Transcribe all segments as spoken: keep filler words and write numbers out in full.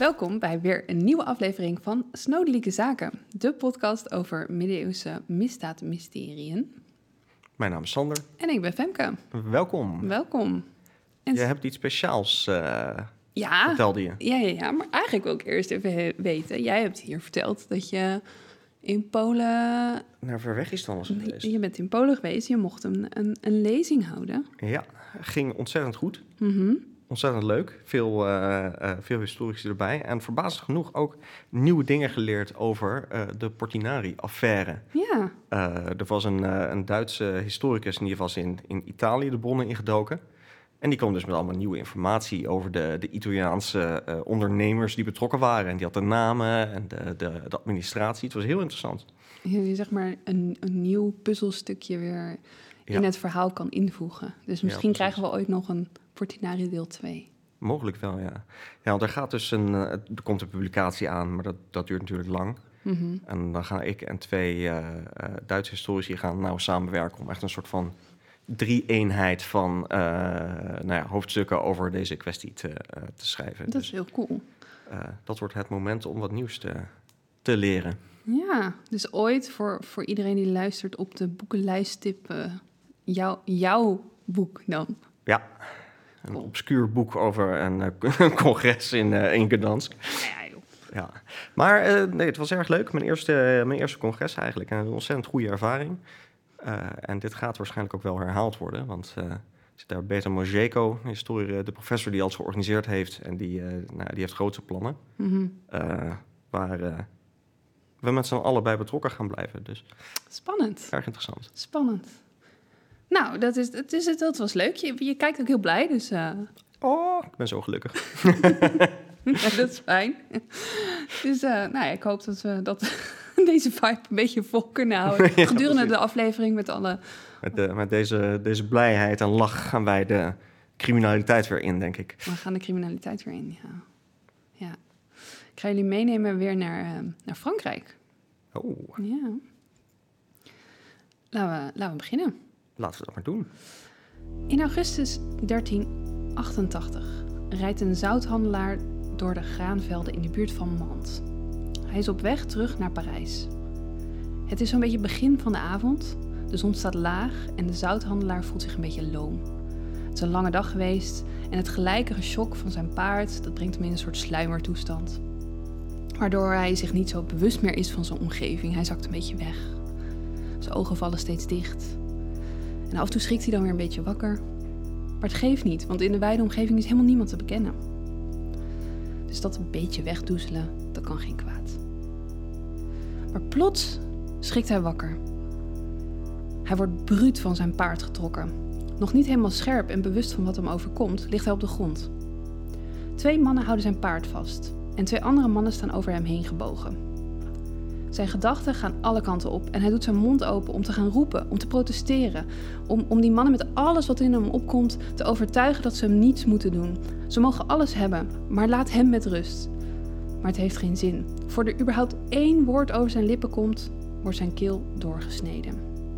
Welkom bij weer een nieuwe aflevering van Snodelijke Zaken, de podcast over middeleeuwse misdaadmysteriën. Mijn naam is Sander. En ik ben Femke. Welkom. Welkom. En Je hebt iets speciaals, uh, ja, vertelde je. Ja, ja, ja, maar eigenlijk wil ik eerst even weten. Jij hebt hier verteld dat je in Polen... Naar Verwegistan was geweest. Je bent in Polen geweest, je mocht een, een, een lezing houden. Ja, ging ontzettend goed. Mm-hmm. Ontzettend leuk. Veel, uh, uh, veel historici erbij. En verbaasd genoeg ook nieuwe dingen geleerd over uh, de Portinari-affaire. Ja. Uh, er was een, uh, een Duitse historicus en die was in, in Italië de bronnen ingedoken. En die kwam dus met allemaal nieuwe informatie over de, de Italiaanse uh, ondernemers die betrokken waren. En die had de namen en de, de, de administratie. Het was heel interessant. Je zeg maar een, een nieuw puzzelstukje weer in Ja. het verhaal kan invoegen. Dus misschien Ja, krijgen we ooit nog een Portinari deel twee. Mogelijk wel, ja. Ja, want er gaat dus een, uh, er komt een publicatie aan, maar dat, dat duurt natuurlijk lang. Mm-hmm. En dan gaan ik en twee uh, uh, Duitse historici gaan nou samenwerken om echt een soort van drie-eenheid van uh, nou ja, hoofdstukken over deze kwestie te, uh, te schrijven. Dat is Dus, heel cool. uh, dat wordt het moment om wat nieuws te, te leren. Ja, dus ooit voor, voor iedereen die luistert op de boekenlijsttip, uh, jou, jouw boek dan. Ja, een cool. Obscuur boek over een, uh, een congres in, uh, in Gdansk. Ja, joh. Ja, maar uh, nee, het was erg leuk. Mijn eerste, uh, mijn eerste congres eigenlijk. En een ontzettend goede ervaring. Uh, en dit gaat waarschijnlijk ook wel herhaald worden. Want uh, zit daar Peter Mojeko, de, historie, de professor die alles georganiseerd heeft. En die, uh, nou, die heeft grootse plannen. Mm-hmm. Uh, waar uh, we met z'n allen bij betrokken gaan blijven. Dus Spannend. erg interessant. Spannend. Nou, dat, is, dat, is, dat was leuk. Je, je kijkt ook heel blij, dus... Uh... Oh, ik ben zo gelukkig. Ja, dat is fijn. Dus uh, nou ja, ik hoop dat we dat deze vibe een beetje vol kunnen houden. Ja, gedurende precies. de aflevering met alle... Met, de, met deze, deze blijheid en lach gaan wij de criminaliteit weer in, denk ik. We gaan de criminaliteit weer in, ja. ja. Ik ga jullie meenemen weer naar, uh, naar Frankrijk. Oh, Ja. Laten we, laten we beginnen. laten we dat maar doen. In augustus dertien achtentachtig rijdt een zouthandelaar door de graanvelden in de buurt van Mantes. Hij is op weg terug naar Parijs. Het is zo'n beetje begin van de avond. De zon staat laag en de zouthandelaar voelt zich een beetje loom. Het is een lange dag geweest en het gelijke shock van zijn paard dat brengt hem in een soort sluimertoestand. Waardoor hij zich niet zo bewust meer is van zijn omgeving. Hij zakt een beetje weg. Zijn ogen vallen steeds dicht. En af en toe schrikt hij dan weer een beetje wakker. Maar het geeft niet, want in de wijde omgeving is helemaal niemand te bekennen. Dus dat een beetje wegdoezelen, dat kan geen kwaad. Maar plots schrikt hij wakker. Hij wordt bruut van zijn paard getrokken. Nog niet helemaal scherp en bewust van wat hem overkomt, ligt hij op de grond. Twee mannen houden zijn paard vast en twee andere mannen staan over hem heen gebogen. Zijn gedachten gaan alle kanten op en hij doet zijn mond open om te gaan roepen, om te protesteren. Om, om die mannen met alles wat in hem opkomt te overtuigen dat ze hem niets moeten doen. Ze mogen alles hebben, maar laat hem met rust. Maar het heeft geen zin. Voor er überhaupt één woord over zijn lippen komt, wordt zijn keel doorgesneden.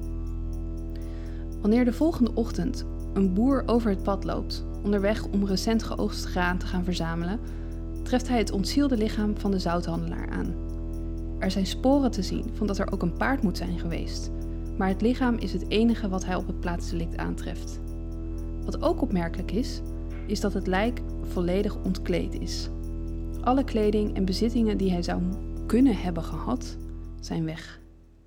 Wanneer de volgende ochtend een boer over het pad loopt, onderweg om recent geoogst graan te gaan verzamelen, treft hij het ontzielde lichaam van de zouthandelaar aan. Er zijn sporen te zien van dat er ook een paard moet zijn geweest, maar het lichaam is het enige wat hij op het plaatsdelict aantreft. Wat ook opmerkelijk is, is dat het lijk volledig ontkleed is. Alle kleding en bezittingen die hij zou kunnen hebben gehad, zijn weg.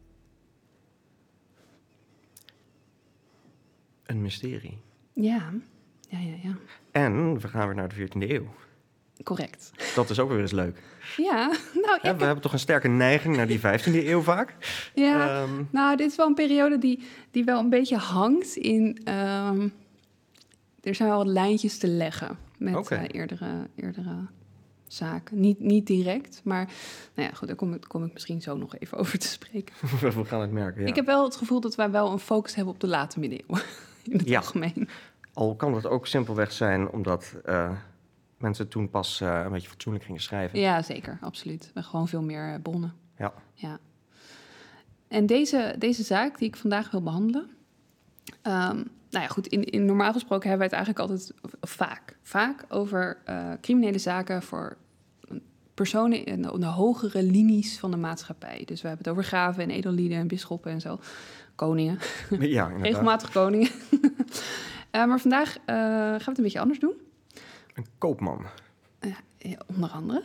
Een mysterie. Ja, ja, ja, ja. En we gaan weer naar de veertiende eeuw. Correct. Dat is ook weer eens leuk. Ja, nou, ik Ja, we hebben toch een sterke neiging naar die vijftiende eeuw vaak. Ja, Um, nou, dit is wel een periode die, die wel een beetje hangt in... Um, er zijn wel wat lijntjes te leggen met okay. uh, eerdere, eerdere zaken. Niet, niet direct, maar nou ja, goed, daar kom ik, kom ik misschien zo nog even over te spreken. we gaan het merken, ja. Ik heb wel het gevoel dat wij wel een focus hebben op de late middeleeuwen, in het Ja. algemeen. Al kan dat ook simpelweg zijn omdat uh, mensen toen pas uh, een beetje fatsoenlijk gingen schrijven. Ja, zeker, absoluut. We gewoon veel meer uh, bronnen. Ja. Ja. En deze, deze zaak die ik vandaag wil behandelen... Um, nou ja, goed, in, in normaal gesproken hebben wij het eigenlijk altijd of vaak, vaak over uh, criminele zaken voor personen in de, de hogere linies van de maatschappij. Dus we hebben het over graven en edellieden en bisschoppen en zo. Koningen. Ja, inderdaad. Regelmatig koningen. uh, maar vandaag uh, gaan we het een beetje anders doen. Een koopman. Uh, ja, onder andere.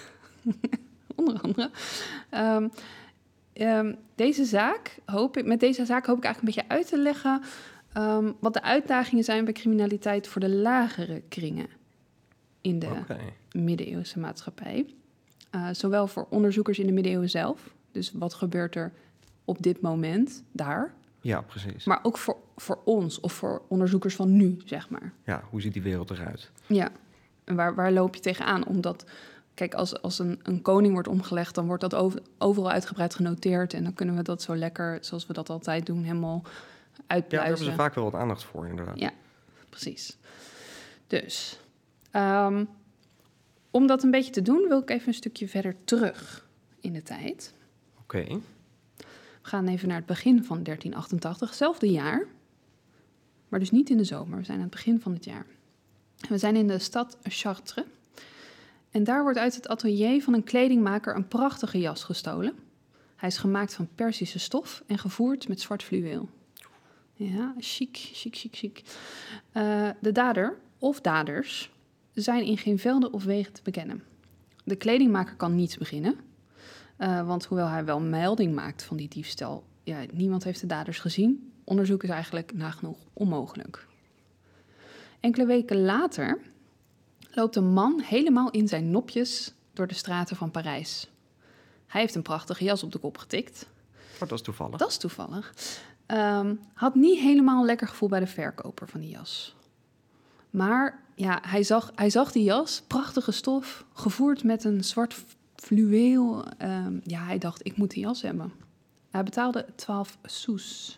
onder andere. Um, um, deze zaak hoop ik, met deze zaak hoop ik eigenlijk een beetje uit te leggen um, wat de uitdagingen zijn bij criminaliteit voor de lagere kringen in de okay. middeleeuwse maatschappij. Uh, zowel voor onderzoekers in de middeleeuwen zelf. Dus wat gebeurt er op dit moment daar? Ja, precies. Maar ook voor, voor ons of voor onderzoekers van nu, zeg maar. Ja, hoe ziet die wereld eruit? Ja, en waar, waar loop je tegenaan? Omdat, kijk, als, als een, een koning wordt omgelegd, dan wordt dat over, overal uitgebreid genoteerd. En dan kunnen we dat zo lekker, zoals we dat altijd doen, helemaal uitpluizen. Ja, daar hebben ze vaak wel wat aandacht voor, inderdaad. Ja, precies. Dus, um, om dat een beetje te doen, wil ik even een stukje verder terug in de tijd. Oké. Okay. We gaan even naar het begin van dertien achtentachtig, hetzelfde jaar. Maar dus niet in de zomer, we zijn aan het begin van het jaar. We zijn in de stad Chartres. En daar wordt uit het atelier van een kledingmaker een prachtige jas gestolen. Hij is gemaakt van Perzische stof en gevoerd met zwart fluweel. Ja, chic, chic, chic, chic. Uh, de dader, of daders, zijn in geen velden of wegen te bekennen. De kledingmaker kan niets beginnen. Uh, want hoewel hij wel melding maakt van die diefstal, ja, niemand heeft de daders gezien. Onderzoek is eigenlijk nagenoeg onmogelijk. Enkele weken later loopt een man helemaal in zijn nopjes door de straten van Parijs. Hij heeft een prachtige jas op de kop getikt. Oh, dat is toevallig. Dat is toevallig. Um, had niet helemaal een lekker gevoel bij de verkoper van die jas. Maar ja, hij zag, hij zag die jas, prachtige stof, gevoerd met een zwart fluweel. Um, ja, hij dacht, ik moet die jas hebben. Hij betaalde twaalf sous.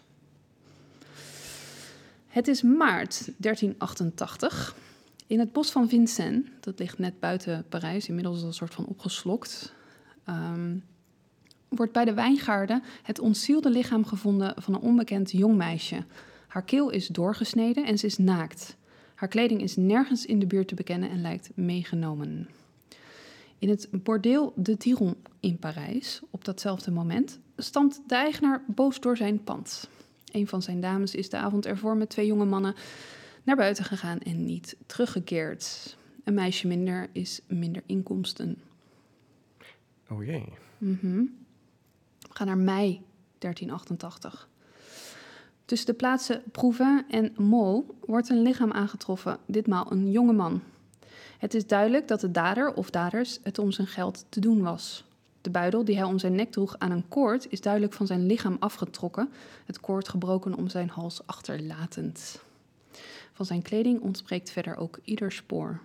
Het is maart dertien achtentachtig. In het bos van Vincennes, dat ligt net buiten Parijs, inmiddels al een soort van opgeslokt, um, wordt bij de wijngaarden het ontzielde lichaam gevonden van een onbekend jong meisje. Haar keel is doorgesneden en ze is naakt. Haar kleding is nergens in de buurt te bekennen en lijkt meegenomen. In het bordeel de Tiron in Parijs, op datzelfde moment, stampt de eigenaar boos door zijn pand. Een van zijn dames is de avond ervoor met twee jonge mannen naar buiten gegaan en niet teruggekeerd. Een meisje minder is minder inkomsten. Oh jee. Mm-hmm. We gaan naar mei dertien achtentachtig. Tussen de plaatsen Provins en Meaux wordt een lichaam aangetroffen, ditmaal een jonge man. Het is duidelijk dat de dader of daders het om zijn geld te doen was. De buidel die hij om zijn nek droeg aan een koord is duidelijk van zijn lichaam afgetrokken, het koord gebroken om zijn hals achterlatend. Van zijn kleding ontbreekt verder ook ieder spoor.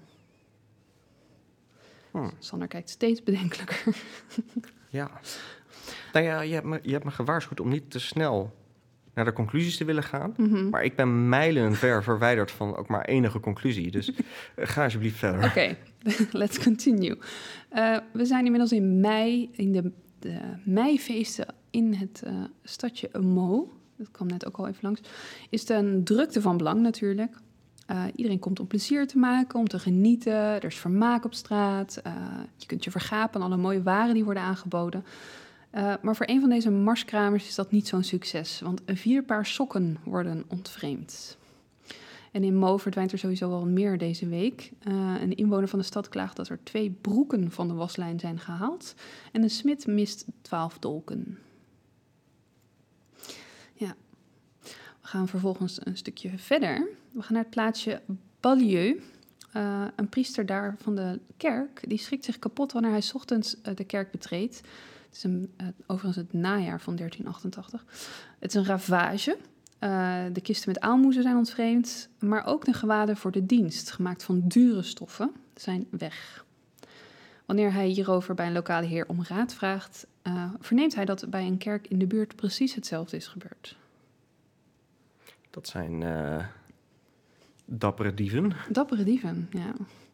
Hmm. Sander kijkt steeds bedenkelijker. Ja. Nou ja, je hebt, me, je hebt me gewaarschuwd om niet te snel naar de conclusies te willen gaan. Mm-hmm. Maar ik ben mijlenver verwijderd van ook maar enige conclusie. Dus ga alsjeblieft verder. Oké, okay. Let's continue. Uh, we zijn inmiddels in mei, in de, de meifeesten in het uh, stadje Meaux. Dat kwam net ook al even langs. Is het een drukte van belang natuurlijk. Uh, iedereen komt om plezier te maken, om te genieten. Er is vermaak op straat. Uh, je kunt je vergapen aan alle mooie waren die worden aangeboden. Uh, maar voor een van deze marskramers is dat niet zo'n succes. Want vier paar sokken worden ontvreemd. En in Meaux verdwijnt er sowieso wel meer deze week. Uh, een inwoner van de stad klaagt dat er twee broeken van de waslijn zijn gehaald. En een smid mist twaalf dolken. Ja. We gaan vervolgens een stukje verder. We gaan naar het plaatsje Balieu. Uh, een priester daar van de kerk, die schrikt zich kapot wanneer hij 's ochtends uh, de kerk betreedt. Het is een, uh, overigens het najaar van dertien achtentachtig. Het is een ravage. Uh, de kisten met aalmoezen zijn ontvreemd, maar ook de gewaden voor de dienst, gemaakt van dure stoffen, zijn weg. Wanneer hij hierover bij een lokale heer om raad vraagt, uh, verneemt hij dat bij een kerk in de buurt precies hetzelfde is gebeurd. Dat zijn uh, dappere dieven. Dappere dieven, ja.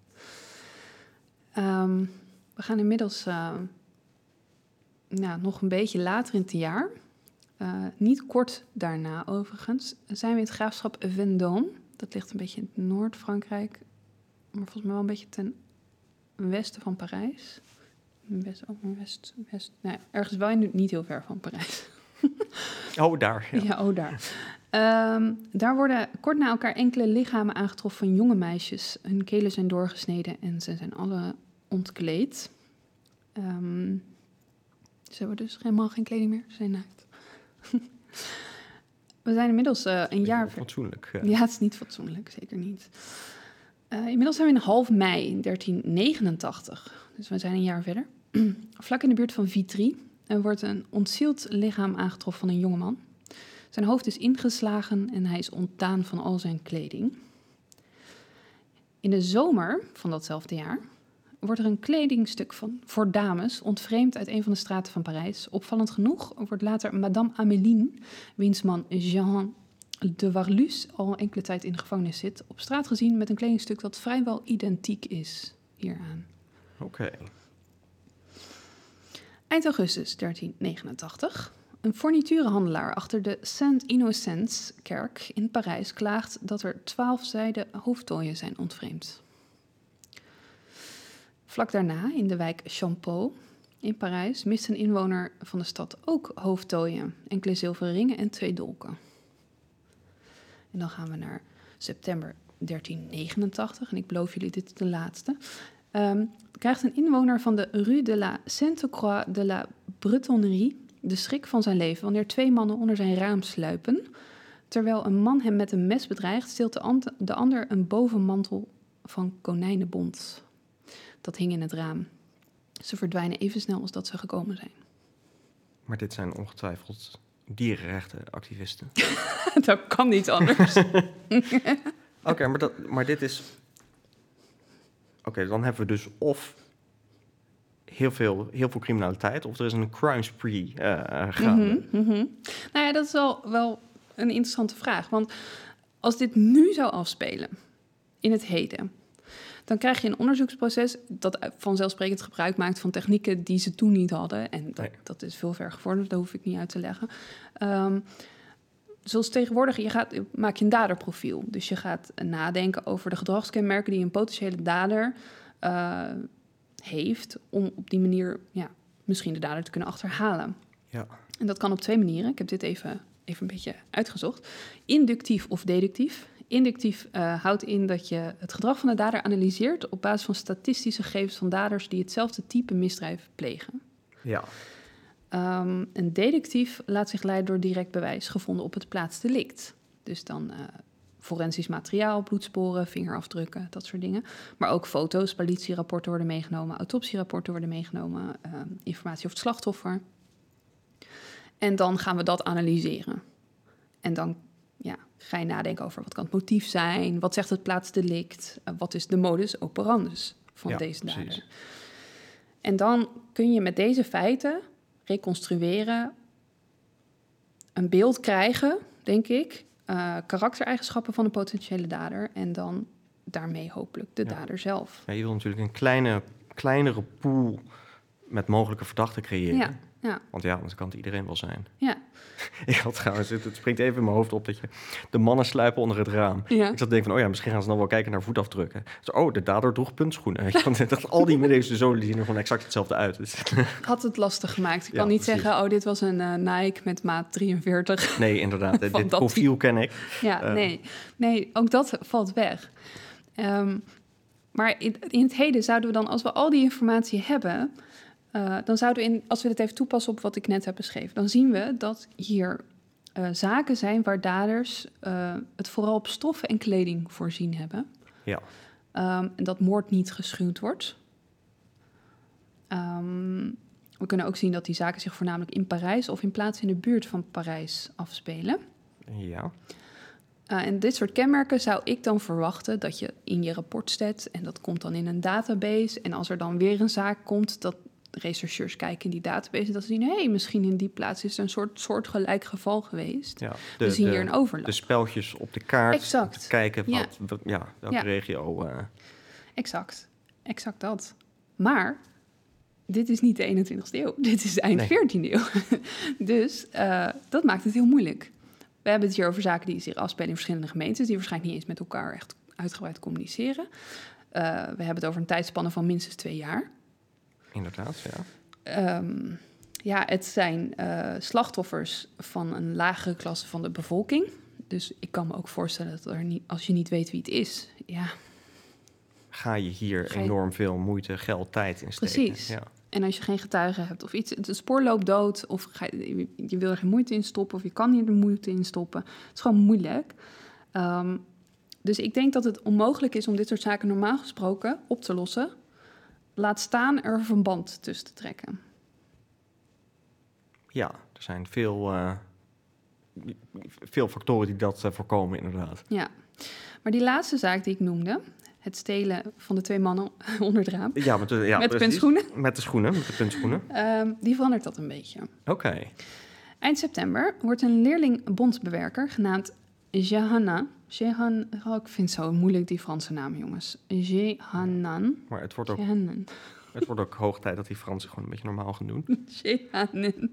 Um, we gaan inmiddels uh, ja, nog een beetje later in het jaar. Uh, niet kort daarna overigens zijn we in het graafschap Vendôme. Dat ligt een beetje in Noord-Frankrijk, maar volgens mij wel een beetje ten westen van Parijs. West, oh, West, West. Nou ja, ergens wel in, niet heel ver van Parijs. Oh, daar. Ja, ja oh, daar. Um, daar worden kort na elkaar enkele lichamen aangetroffen van jonge meisjes. Hun kelen zijn doorgesneden en ze zijn alle ontkleed. Um, ze hebben dus helemaal geen kleding meer. Ze zijn naakt. We zijn inmiddels uh, een jaar... Fatsoenlijk. Ja. ja, het is niet fatsoenlijk, zeker niet. Uh, inmiddels zijn we in half mei dertien negenentachtig. Dus we zijn een jaar verder. Vlak in de buurt van Vitry er wordt een ontzield lichaam aangetroffen van een jongeman. Zijn hoofd is ingeslagen en hij is ontdaan van al zijn kleding. In de zomer van datzelfde jaar wordt er een kledingstuk van, voor dames ontvreemd uit een van de straten van Parijs. Opvallend genoeg wordt later Madame Améline, wiens man Jean de Warlus al enkele tijd in de gevangenis zit, op straat gezien met een kledingstuk dat vrijwel identiek is hieraan. Oké. Okay. Eind augustus dertien negenentachtig. Een forniturenhandelaar achter de Saint-Innocents-kerk in Parijs klaagt dat er twaalf zijden hoofdtooien zijn ontvreemd. Vlak daarna, in de wijk Champeau in Parijs, mist een inwoner van de stad ook hoofdtooien, enkele zilveren ringen en twee dolken. En dan gaan we naar september dertien negenentachtig, en ik beloof jullie, dit is de laatste. Um, krijgt een inwoner van de Rue de la Sainte-Croix de la Bretonnerie de schrik van zijn leven wanneer twee mannen onder zijn raam sluipen. Terwijl een man hem met een mes bedreigt, steelt de, ant- de ander een bovenmantel van konijnenbont. Dat hing in het raam. Ze verdwijnen even snel als dat ze gekomen zijn. Maar dit zijn ongetwijfeld dierenrechtenactivisten. Dat kan niet anders. Oké, okay, maar, maar dit is... Oké, okay, dan hebben we dus of heel veel, heel veel criminaliteit, of er is een crime spree uh, gaande. Mm-hmm, mm-hmm. Nou ja, dat is wel, wel een interessante vraag. Want als dit nu zou afspelen, in het heden, dan krijg je een onderzoeksproces dat vanzelfsprekend gebruik maakt van technieken die ze toen niet hadden. En dat, nee. dat is veel ver gevorderd, dat hoef ik niet uit te leggen. Um, Zoals tegenwoordig, je gaat, maak je een daderprofiel. Dus je gaat nadenken over de gedragskenmerken die een potentiële dader uh, heeft, om op die manier ja, misschien de dader te kunnen achterhalen. Ja. En dat kan op twee manieren. Ik heb dit even, even een beetje uitgezocht. Inductief of deductief. Inductief uh, houdt in dat je het gedrag van de dader analyseert op basis van statistische gegevens van daders die hetzelfde type misdrijf plegen. Ja. Um, en deductief laat zich leiden door direct bewijs gevonden op het plaatsdelict. Dus dan uh, forensisch materiaal, bloedsporen, vingerafdrukken, dat soort dingen. Maar ook foto's, politierapporten worden meegenomen, autopsierapporten worden meegenomen, uh, informatie over het slachtoffer. En dan gaan we dat analyseren. En dan ja, ga je nadenken over wat kan het motief zijn, wat zegt het plaatsdelict, uh, wat is de modus operandus van ja, deze dader. Precies. En dan kun je met deze feiten reconstrueren, een beeld krijgen, denk ik, uh, karaktereigenschappen van een potentiële dader en dan daarmee hopelijk de ja. dader zelf. Ja, je wil natuurlijk een kleine, kleinere pool met mogelijke verdachten creëren. Ja, ja. Want ja, anders kan het iedereen wel zijn. Ja. Ik had trouwens, het springt even in mijn hoofd op dat je de mannen sluipen onder het raam. Ja. Ik zat te denken van, oh ja, misschien gaan ze dan wel kijken naar voetafdrukken. Zo, oh, de dader droeg puntschoenen. Want dat, al die deze zolen zien er gewoon exact hetzelfde uit. Dus. Had het lastig gemaakt. Ik ja, kan niet precies. zeggen, oh, dit was een uh, Nike met maat drieënveertig. Nee, inderdaad. Dit profiel ken ik. Ja, uh. nee. Nee, ook dat valt weg. Um, maar in, in het heden zouden we dan, als we al die informatie hebben, Uh, dan zouden we, in, als we dit even toepassen op wat ik net heb beschreven, dan zien we dat hier uh, zaken zijn waar daders uh, het vooral op stoffen en kleding voorzien hebben. Ja. Um, en dat moord niet geschuwd wordt. Um, we kunnen ook zien dat die zaken zich voornamelijk in Parijs of in plaatsen in de buurt van Parijs afspelen. Ja. Uh, en dit soort kenmerken zou ik dan verwachten dat je in je rapport zet en dat komt dan in een database. En als er dan weer een zaak komt, dat rechercheurs kijken in die database en dat ze zien, hé, hey, misschien in die plaats is er een soort soortgelijk geval geweest. Ja, de, we zien de, hier een overlap. De speltjes op de kaart. Exact. Kijken wat, ja. wat, ja, welke ja. regio. Uh... Exact. Exact dat. Maar dit is niet de eenentwintigste eeuw. Dit is eind nee. veertiende eeuw. Dus uh, dat maakt het heel moeilijk. We hebben het hier over zaken die zich afspelen in verschillende gemeentes, die waarschijnlijk niet eens met elkaar echt uitgebreid communiceren. Uh, we hebben het over een tijdspanne van minstens twee jaar. Inderdaad, ja. Um, ja, het zijn uh, slachtoffers van een lagere klasse van de bevolking. Dus ik kan me ook voorstellen dat er niet, als je niet weet wie het is, ja... Ga je hier Ga je... enorm veel moeite, geld, tijd in steken. Precies. Ja. En als je geen getuigen hebt of iets, het spoor loopt dood, of ga je, je wil er geen moeite in stoppen, of je kan niet er moeite in stoppen. Het is gewoon moeilijk. Um, dus ik denk dat het onmogelijk is om dit soort zaken normaal gesproken op te lossen. Laat staan er een verband tussen te trekken. Ja, er zijn veel, uh, veel factoren die dat uh, voorkomen, inderdaad. Ja, maar die laatste zaak die ik noemde, het stelen van de twee mannen onder het raam. Ja, met de, ja, met de puntschoenen. Met de schoenen, met de puntschoenen. Um, die verandert dat een beetje. Oké. Okay. Eind september wordt een leerling bondbewerker genaamd Jehanna. Jehan, oh, ik vind het zo moeilijk die Franse naam, jongens. Jehannan. Maar het wordt ook, Jehannan. Het wordt ook hoog tijd dat die Fransen gewoon een beetje normaal gaan doen. Jehannan.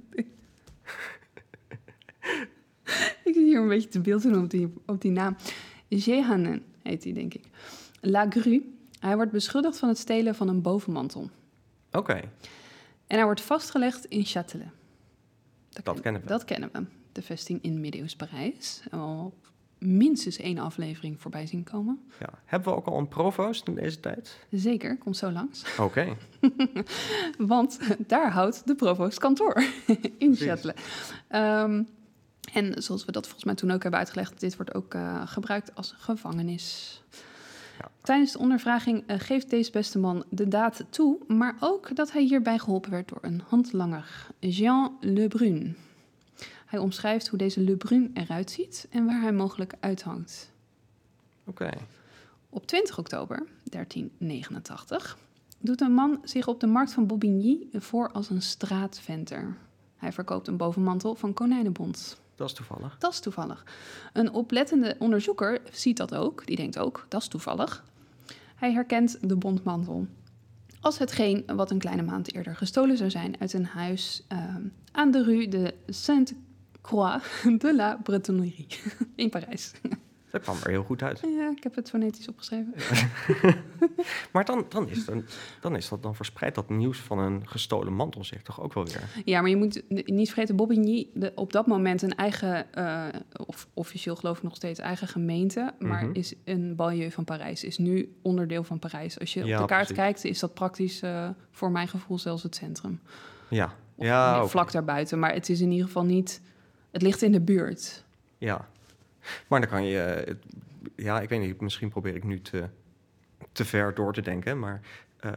Ik zit hier een beetje te beeld doen op die, op die naam. Jehannan heet hij, denk ik. Lagrue. Hij wordt beschuldigd van het stelen van een bovenmantel. Oké. Okay. En hij wordt vastgelegd in Châtelet. Dat, dat kennen we. Dat kennen we. De vesting in middeleeuws Parijs. Al minstens één aflevering voorbij zien komen. Ja. Hebben we ook al een provoost in deze tijd? Zeker, komt zo langs. Oké. Okay. Want daar houdt de provoost kantoor in Châtelet. Um, en zoals we dat volgens mij toen ook hebben uitgelegd, dit wordt ook uh, gebruikt als gevangenis. Ja. Tijdens de ondervraging uh, geeft deze beste man de daad toe, maar ook dat hij hierbij geholpen werd door een handlanger, Jean Lebrun. Hij omschrijft hoe deze Lebrun eruit ziet en waar hij mogelijk uithangt. Oké. Okay. Op twintig oktober dertien negenentachtig doet een man zich op de markt van Bobigny voor als een straatventer. Hij verkoopt een bovenmantel van konijnenbont. Dat is toevallig. Dat is toevallig. Een oplettende onderzoeker ziet dat ook. Die denkt ook, dat is toevallig. Hij herkent de bontmantel als hetgeen wat een kleine maand eerder gestolen zou zijn uit een huis uh, aan de rue de Sainte-Croix de la Bretonnerie in Parijs. Dat kwam er heel goed uit. Ja, ik heb het fonetisch opgeschreven. Maar dan, dan, is dan, dan is dat dan verspreidt dat nieuws van een gestolen mantel zich toch ook wel weer. Ja, maar je moet niet vergeten, Bobigny, de, op dat moment een eigen, uh, of officieel geloof ik nog steeds eigen gemeente, maar mm-hmm. is een banlieue van Parijs, is nu onderdeel van Parijs. Als je ja, op de kaart precies. kijkt, is dat praktisch uh, voor mijn gevoel zelfs het centrum. Ja. Of ja nee, okay. vlak daarbuiten, maar het is in ieder geval niet, het ligt in de buurt. Ja. Maar dan kan je, uh, ja, ik weet niet, misschien probeer ik nu te, te ver door te denken, maar uh,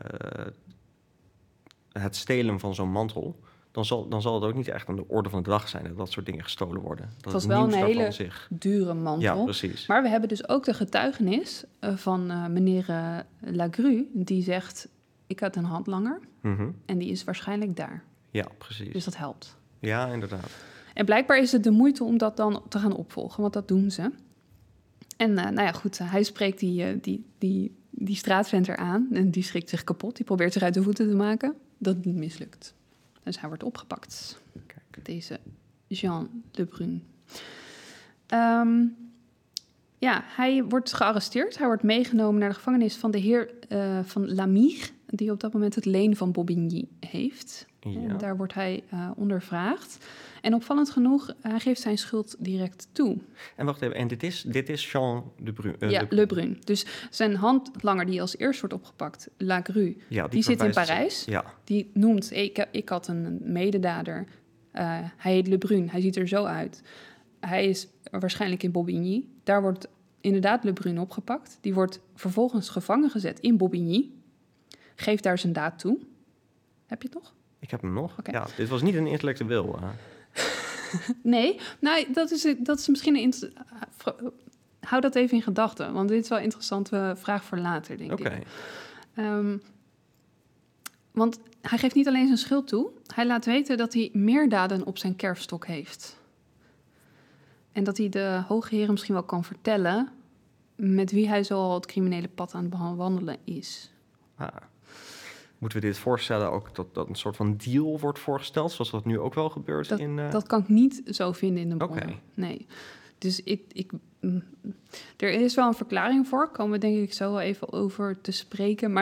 het stelen van zo'n mantel, dan zal, dan zal het ook niet echt aan de orde van de dag zijn dat dat soort dingen gestolen worden. Dat het was wel een hele zich... dure mantel. Ja, precies. Maar we hebben dus ook de getuigenis uh, van uh, meneer uh, Lagrue, die zegt, ik had een handlanger mm-hmm. en die is waarschijnlijk daar. Ja, precies. Dus dat helpt. Ja, inderdaad. En blijkbaar is het de moeite om dat dan te gaan opvolgen, want dat doen ze. En uh, nou ja, goed, uh, hij spreekt die, uh, die, die, die straatventer aan en die schrikt zich kapot. Die probeert zich uit de voeten te maken. Dat mislukt. Dus hij wordt opgepakt. Kijk. Deze Jean Lebrun. Um, ja, hij wordt gearresteerd. Hij wordt meegenomen naar de gevangenis van de heer uh, van Lamire, die op dat moment het leen van Bobigny heeft. Ja. En daar wordt hij uh, ondervraagd. En opvallend genoeg, hij geeft zijn schuld direct toe. En wacht even, en dit is, dit is Jean Lebrun? Uh, ja, Lebrun. Lebrun. Dus zijn handlanger die als eerst wordt opgepakt, Lagrue, ja, die, die zit in Parijs. Ja. Die noemt, ik, ik had een mededader, uh, hij heet Lebrun, hij ziet er zo uit. Hij is waarschijnlijk in Bobigny. Daar wordt inderdaad Lebrun opgepakt. Die wordt vervolgens gevangen gezet in Bobigny. Geeft daar zijn daad toe. Heb je het nog? Ik heb hem nog. Okay. Ja, dit was niet een intellectueel. Uh. Nee, nou, dat is, dat is misschien een... Inter- Hou dat even in gedachten, want dit is wel een interessante vraag voor later, denk okay. ik. Um, want hij geeft niet alleen zijn schuld toe, hij laat weten dat hij meer daden op zijn kerfstok heeft. En dat hij de hoge heren misschien wel kan vertellen met wie hij zo al het criminele pad aan het wandelen is. Ah. Moeten we dit voorstellen ook dat, dat een soort van deal wordt voorgesteld, zoals dat nu ook wel gebeurt? Dat, in, uh... dat kan ik niet zo vinden in de bronnen. Okay. Nee. Dus ik, ik, er is wel een verklaring voor, komen we denk ik zo wel even over te spreken. Maar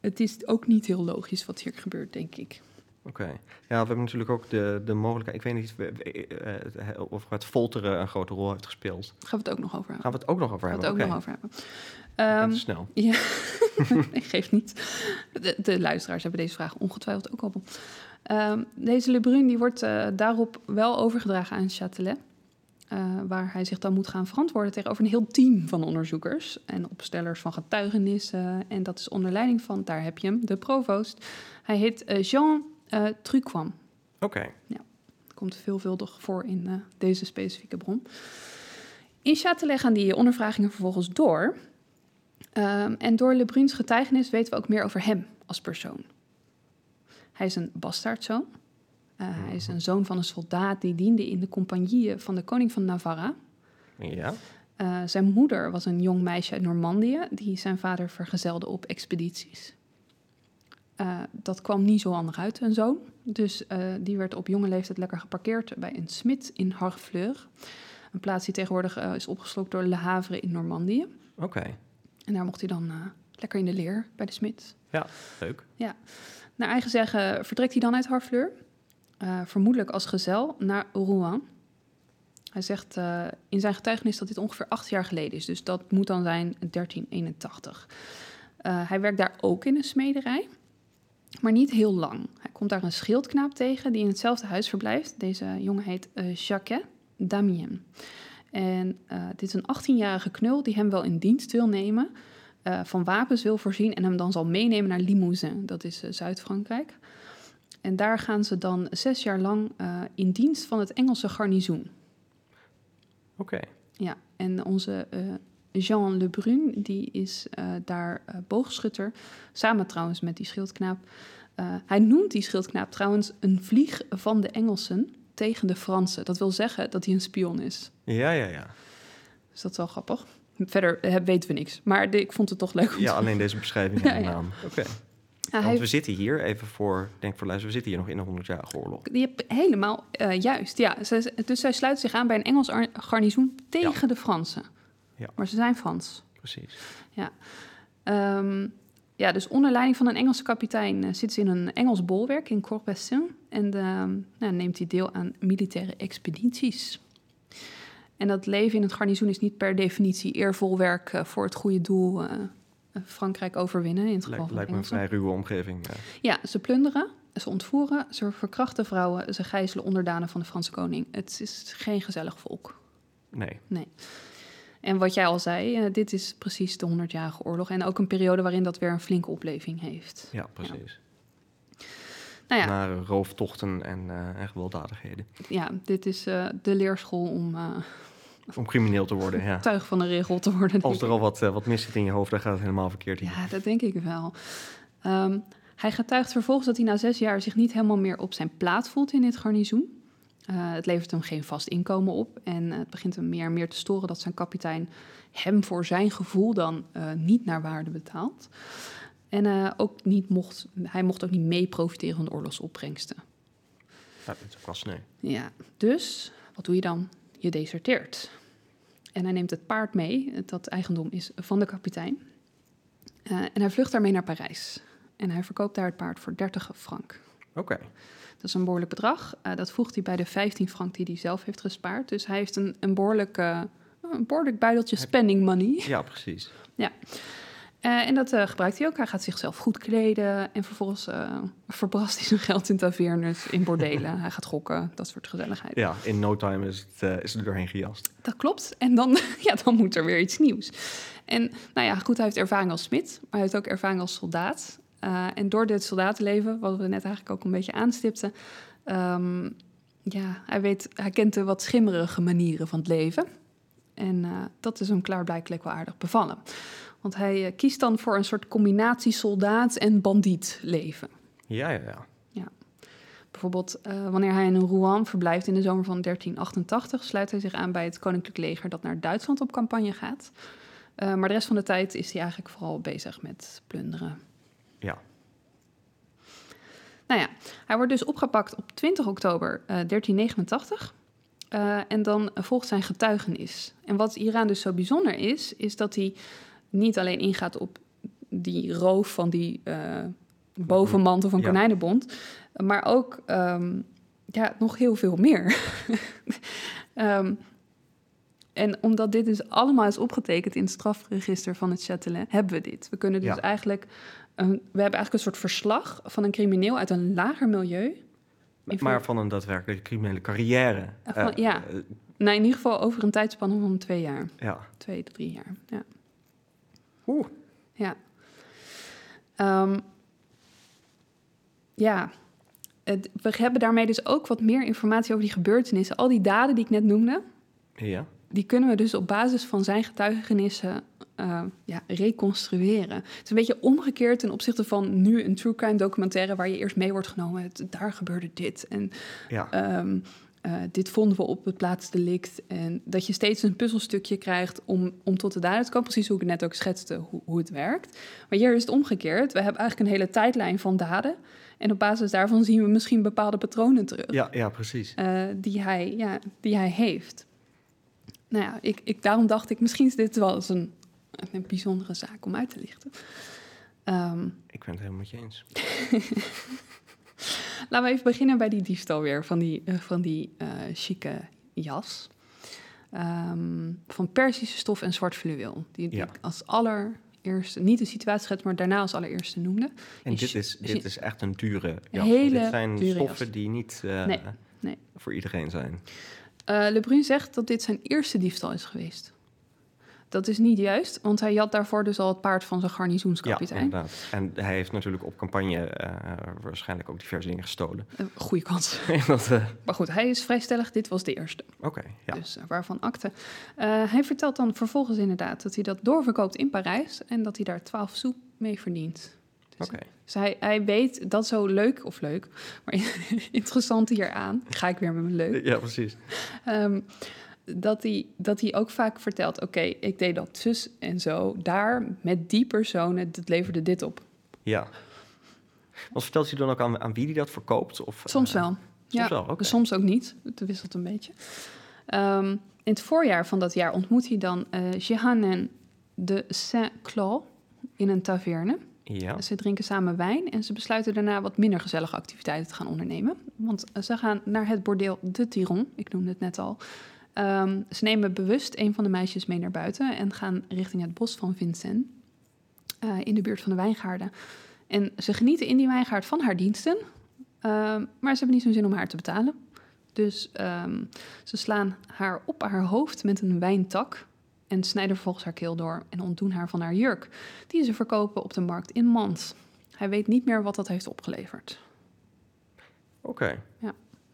het is ook niet heel logisch wat hier gebeurt, denk ik. Oké. Okay. Ja, we hebben natuurlijk ook de, de mogelijkheid... Ik weet niet uh, of het folteren een grote rol heeft gespeeld. Gaan we het ook nog over hebben. Gaan we het ook nog over Gaan hebben? we het ook okay. nog over hebben. Um, te snel. Ja, ik geef niet. De, de luisteraars hebben deze vraag ongetwijfeld ook al. Um, deze Le Brun die wordt uh, daarop wel overgedragen aan Châtelet. Uh, waar hij zich dan moet gaan verantwoorden tegenover een heel team van onderzoekers en opstellers van getuigenissen. En dat is onder leiding van, daar heb je hem, de provoost. Hij heet uh, Jean uh, Truquan. Oké. Okay. Ja, komt veelvuldig voor in uh, deze specifieke bron. In Châtelet gaan die ondervragingen vervolgens door. Um, en door Le Bruns getuigenis weten we ook meer over hem als persoon. Hij is een bastaardzoon. Uh, mm-hmm. Hij is een zoon van een soldaat die diende in de compagnieën van de koning van Navarra. Ja. Uh, zijn moeder was een jong meisje uit Normandië die zijn vader vergezelde op expedities. Uh, dat kwam niet zo handig uit, een zoon. Dus uh, die werd op jonge leeftijd lekker geparkeerd bij een smid in Harfleur. Een plaats die tegenwoordig uh, is opgeslokt door Le Havre in Normandië. Oké. Okay. En daar mocht hij dan uh, lekker in de leer bij de smid. Ja, leuk. Ja. Naar eigen zeggen vertrekt hij dan uit Harfleur. Uh, vermoedelijk als gezel naar Rouen. Hij zegt uh, in zijn getuigenis dat dit ongeveer acht jaar geleden is. Dus dat moet dan zijn dertien eenentachtig. Uh, hij werkt daar ook in een smederij, maar niet heel lang. Hij komt daar een schildknaap tegen die in hetzelfde huis verblijft. Deze jongen heet uh, Jacques Damien. En uh, dit is een achttienjarige knul die hem wel in dienst wil nemen, uh, van wapens wil voorzien en hem dan zal meenemen naar Limousin. Dat is uh, Zuid-Frankrijk. En daar gaan ze dan zes jaar lang uh, in dienst van het Engelse garnizoen. Oké. Okay. Ja, en onze uh, Jean Le Brun, die is uh, daar uh, boogschutter. Samen trouwens met die schildknaap. Uh, hij noemt die schildknaap trouwens een vlieg van de Engelsen tegen de Fransen. Dat wil zeggen dat hij een spion is. Ja, ja, ja. Dus dat is wel grappig. Verder uh, weten we niks. Maar de, ik vond het toch leuk om Ja, te... alleen deze beschrijving en de naam. Oké. Okay. Ja, Want hij... we zitten hier, even voor, denk voor luisteren, we zitten hier nog in de honderdjarige oorlog. Je hebt helemaal uh, juist, ja. Ze, dus zij sluiten zich aan bij een Engels ar- garnizoen tegen ja. de Fransen. Ja. Maar ze zijn Frans. Precies. Ja. Um, ja, dus onder leiding van een Engelse kapitein uh, zit ze in een Engels bolwerk in Corbeil-Essonnes. En uh, nou, neemt hij deel aan militaire expedities. En dat leven in het garnizoen is niet per definitie eervol werk uh, voor het goede doel... Uh, Frankrijk overwinnen, in het geval Lijkt, van lijkt me een vrij ruwe omgeving. Ja. ja, ze plunderen, ze ontvoeren, ze verkrachten vrouwen, ze gijzelen onderdanen van de Franse koning. Het is geen gezellig volk. Nee. Nee. En wat jij al zei, uh, dit is precies de honderdjarige oorlog. En ook een periode waarin dat weer een flinke opleving heeft. Ja, precies. Ja. Nou ja. Naar rooftochten en, uh, en gewelddadigheden. Ja, dit is uh, de leerschool om... Uh, Om crimineel te worden, ja. Tuig van de regel te worden. Als er al wat, uh, wat mis zit in je hoofd, dan gaat het helemaal verkeerd in. Ja, dat denk ik wel. Um, hij getuigt vervolgens dat hij na zes jaar zich niet helemaal meer op zijn plaats voelt in dit garnizoen. Uh, het levert hem geen vast inkomen op. En uh, het begint hem meer en meer te storen dat zijn kapitein hem voor zijn gevoel dan uh, niet naar waarde betaalt. En uh, ook niet mocht, hij mocht ook niet mee profiteren van de oorlogsopbrengsten. Ja, dat is ook wel sneu. Ja, dus wat doe je dan? Je deserteert. En hij neemt het paard mee, dat eigendom is van de kapitein. Uh, en hij vlucht daarmee naar Parijs. En hij verkoopt daar het paard voor dertig frank. Oké. Okay. Dat is een behoorlijk bedrag. Uh, dat voegt hij bij de vijftien frank die hij zelf heeft gespaard. Dus hij heeft een, een, behoorlijk, uh, een behoorlijk buideltje spending money. Ja, precies. Ja. Uh, en dat uh, gebruikt hij ook. Hij gaat zichzelf goed kleden en vervolgens uh, verbrast hij zijn geld in tavernes, in bordelen. Hij gaat gokken, dat soort gezelligheid. Ja, in no time is het, uh, is het er doorheen gejast. Dat klopt. En dan, ja, dan moet er weer iets nieuws. En nou ja, goed, hij heeft ervaring als smid, maar hij heeft ook ervaring als soldaat. Uh, en door dit soldatenleven, wat we net eigenlijk ook een beetje aanstipten, um, ja, hij weet, hij kent de wat schimmerige manieren van het leven. En uh, dat is hem klaarblijkelijk wel aardig bevallen. Want hij uh, kiest dan voor een soort combinatie soldaat en bandiet leven. Ja, ja, ja. ja. Bijvoorbeeld uh, wanneer hij in Rouen verblijft in de zomer van dertien achtentachtig... sluit hij zich aan bij het koninklijk leger dat naar Duitsland op campagne gaat. Uh, maar de rest van de tijd is hij eigenlijk vooral bezig met plunderen. Ja. Nou ja, hij wordt dus opgepakt op twintig oktober uh, dertien negenentachtig... Uh, en dan volgt zijn getuigenis. En wat hieraan dus zo bijzonder is, is dat hij niet alleen ingaat op die roof van die uh, bovenmantel van ja. Konijnenbond. Maar ook um, ja, nog heel veel meer. um, en omdat dit dus allemaal is opgetekend in het strafregister van het Châtelet, hebben we dit. We kunnen dus ja. eigenlijk... Een, we hebben eigenlijk een soort verslag van een crimineel uit een lager milieu. Maar van een daadwerkelijke criminele carrière. Van, uh, ja, uh, nou, in ieder geval over een tijdspanne van twee jaar. Ja. Twee, drie jaar, ja. Oeh. Ja. Um, ja. Het, we hebben daarmee dus ook wat meer informatie over die gebeurtenissen. Al die daden die ik net noemde... Ja. Die kunnen we dus op basis van zijn getuigenissen uh, ja, reconstrueren. Het is een beetje omgekeerd ten opzichte van nu een true crime documentaire waar je eerst mee wordt genomen. Het, daar gebeurde dit en ja. um, uh, dit vonden we op het plaatsdelict. En dat je steeds een puzzelstukje krijgt om, om tot de dader te komen. Precies hoe ik het net ook schetste, hoe, hoe het werkt. Maar hier is het omgekeerd. We hebben eigenlijk een hele tijdlijn van daden. En op basis daarvan zien we misschien bepaalde patronen terug. Ja, ja precies. Uh, die, hij, ja, die hij heeft. Nou ja, ik, ik, daarom dacht ik, misschien is dit wel eens een, een bijzondere zaak om uit te lichten. Um, ik ben het helemaal met je eens. Laten we even beginnen bij die diefstal weer, van die, uh, van die uh, chique jas. Um, van Perzische stof en zwart fluweel. Die, die ja. ik als allereerste, niet de situatie schet, maar daarna als allereerste noemde. En die dit, ch- is, dit is echt een dure jas. Hele dit zijn dure stoffen jas. die niet uh, nee, nee. voor iedereen zijn. Uh, Le Brun zegt dat dit zijn eerste diefstal is geweest. Dat is niet juist, want hij jat daarvoor dus al het paard van zijn garnizoenskapitein. Ja, inderdaad. En hij heeft natuurlijk op campagne uh, waarschijnlijk ook diverse dingen gestolen. Uh, goeie kans. dat, uh... Maar goed, hij is vrij stellig, dit was de eerste. Oké, okay, ja. Dus uh, waarvan akte. Uh, hij vertelt dan vervolgens inderdaad dat hij dat doorverkoopt in Parijs en dat hij daar twaalf sous mee verdient. Dus, okay. dus hij, hij weet dat zo leuk, of leuk, maar interessant hieraan. Ga ik weer met mijn leuk. Ja, precies. Um, dat, hij, dat hij ook vaak vertelt, oké, okay, ik deed dat zus en zo. Daar, met die personen, dat leverde dit op. Ja. Want vertelt hij dan ook aan, aan wie hij dat verkoopt? Of, soms uh, wel. Soms ja, wel, okay. Soms ook niet. Het wisselt een beetje. Um, in het voorjaar van dat jaar ontmoet hij dan uh, Jehanen de Saint-Cloud in een taverne. Ja. Ze drinken samen wijn en ze besluiten daarna wat minder gezellige activiteiten te gaan ondernemen. Want ze gaan naar het bordeel de Tiron, ik noemde het net al. Um, ze nemen bewust een van de meisjes mee naar buiten en gaan richting het bos van Vincennes, uh, in de buurt van de wijngaarden. En ze genieten in die wijngaard van haar diensten, uh, maar ze hebben niet zo'n zin om haar te betalen. Dus um, ze slaan haar op haar hoofd met een wijntak en snijden vervolgens haar keel door en ontdoen haar van haar jurk, die ze verkopen op de markt in Mans. Hij weet niet meer wat dat heeft opgeleverd. Oké. Okay. Ja.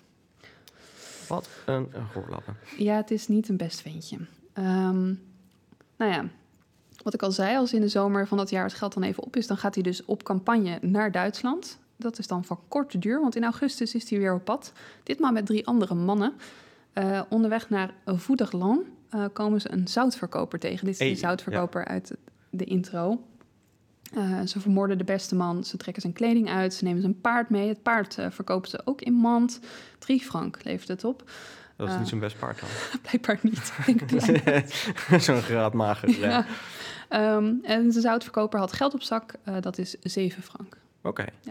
Wat een roorlappen. Ja, het is niet een best ventje. Um, nou ja, wat ik al zei, als in de zomer van dat jaar het geld dan even op is, dan gaat hij dus op campagne naar Duitsland. Dat is dan van korte duur, want in augustus is hij weer op pad. Ditmaal met drie andere mannen. Uh, onderweg naar Vouderland uh, komen ze een zoutverkoper tegen. Dit is hey, de zoutverkoper ja. uit de intro. Uh, ze vermoorden de beste man, ze trekken zijn kleding uit, ze nemen zijn paard mee. Het paard uh, verkopen ze ook in Mand. Drie frank levert het op. Dat is uh, niet zo'n best paard dan? Blijkbaar niet. Denk ik zo'n graad mager. Ja. Ja. Um, en de zoutverkoper had geld op zak, uh, dat is zeven frank. Oké. Okay.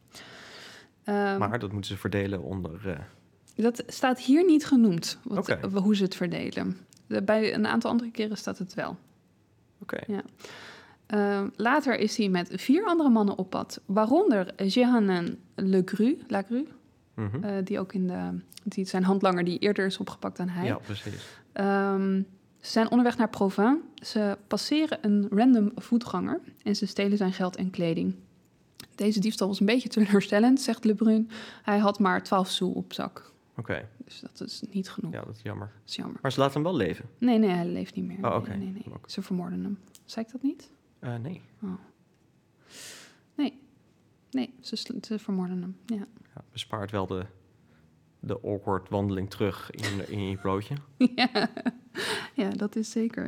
Ja. Um, maar dat moeten ze verdelen onder... Uh... Dat staat hier niet genoemd, wat, okay. hoe ze het verdelen. De, bij een aantal andere keren staat het wel. Oké. Okay. Ja. Uh, later is hij met vier andere mannen op pad, waaronder Jehanen Legru, Lagru, mm-hmm. uh, die ook in de, die zijn handlanger die eerder is opgepakt dan hij. Ja, precies. Um, ze zijn onderweg naar Provins. Ze passeren een random voetganger en ze stelen zijn geld en kleding. Deze diefstal was een beetje teleurstellend, zegt Le Brun. Hij had maar twaalf sous op zak. Oké. Okay. Dus dat is niet genoeg. Ja, dat is jammer. Dat is jammer. Maar ze laten hem wel leven? Nee, nee, hij leeft niet meer. Oh, oké. Okay. Nee, nee, nee. Ze vermoorden hem. Zei ik dat niet? Uh, nee. Oh. Nee. Nee, ze, ze vermoorden hem, ja. Ja, bespaart wel de, de awkward wandeling terug in, in je broodje. ja. ja, dat is zeker,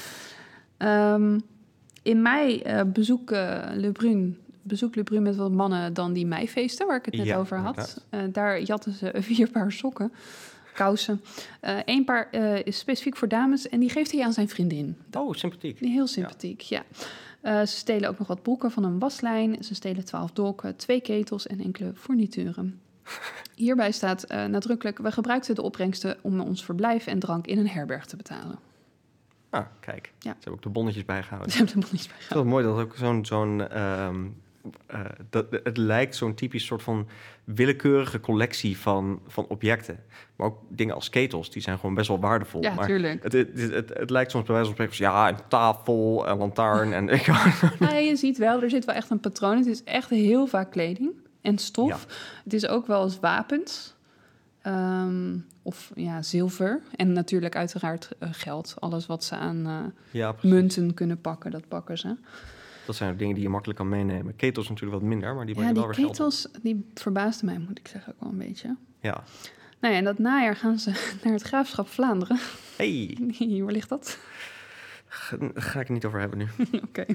ja. Um, in mei uh, bezoek uh, Le Brun... bezoek Le Brun met wat mannen dan die meifeesten, waar ik het net ja, over had. Uh, daar jatten ze vier paar sokken, kousen. Eén uh, paar uh, is specifiek voor dames en die geeft hij aan zijn vriendin. Oh, sympathiek. Heel sympathiek, ja. Uh, ze stelen ook nog wat broeken van een waslijn. Ze stelen twaalf dolken, twee ketels en enkele fournituren. Hierbij staat uh, nadrukkelijk... we gebruikten de opbrengsten om ons verblijf en drank in een herberg te betalen. Ah, kijk. Ja. Ze hebben ook de bonnetjes bijgehouden. Ze hebben de bonnetjes bijgehouden. Het is wel mooi dat ook zo'n... zo'n um, uh, dat, het lijkt zo'n typisch soort van willekeurige collectie van, van objecten. Maar ook dingen als ketels, die zijn gewoon best wel waardevol. Ja, maar tuurlijk. Het, het, het, het lijkt soms bij wijze van spreken... ja, een tafel, een lantaarn en... Ja, je ziet wel, er zit wel echt een patroon. Het is echt heel vaak kleding en stof. Ja. Het is ook wel eens wapens... Um, of ja, zilver. En natuurlijk uiteraard uh, geld. Alles wat ze aan uh, ja, munten kunnen pakken, dat pakken ze. Dat zijn ook dingen die je makkelijk kan meenemen. Ketels natuurlijk wat minder, maar die brengen ja, wel weer geld op. Ja, die ketels, die verbaasden mij, moet ik zeggen, ook wel een beetje. Ja. Nou ja, en dat najaar gaan ze naar het graafschap Vlaanderen. Hey. Waar ligt dat? Ga, ga ik het niet over hebben nu. Oké. Okay.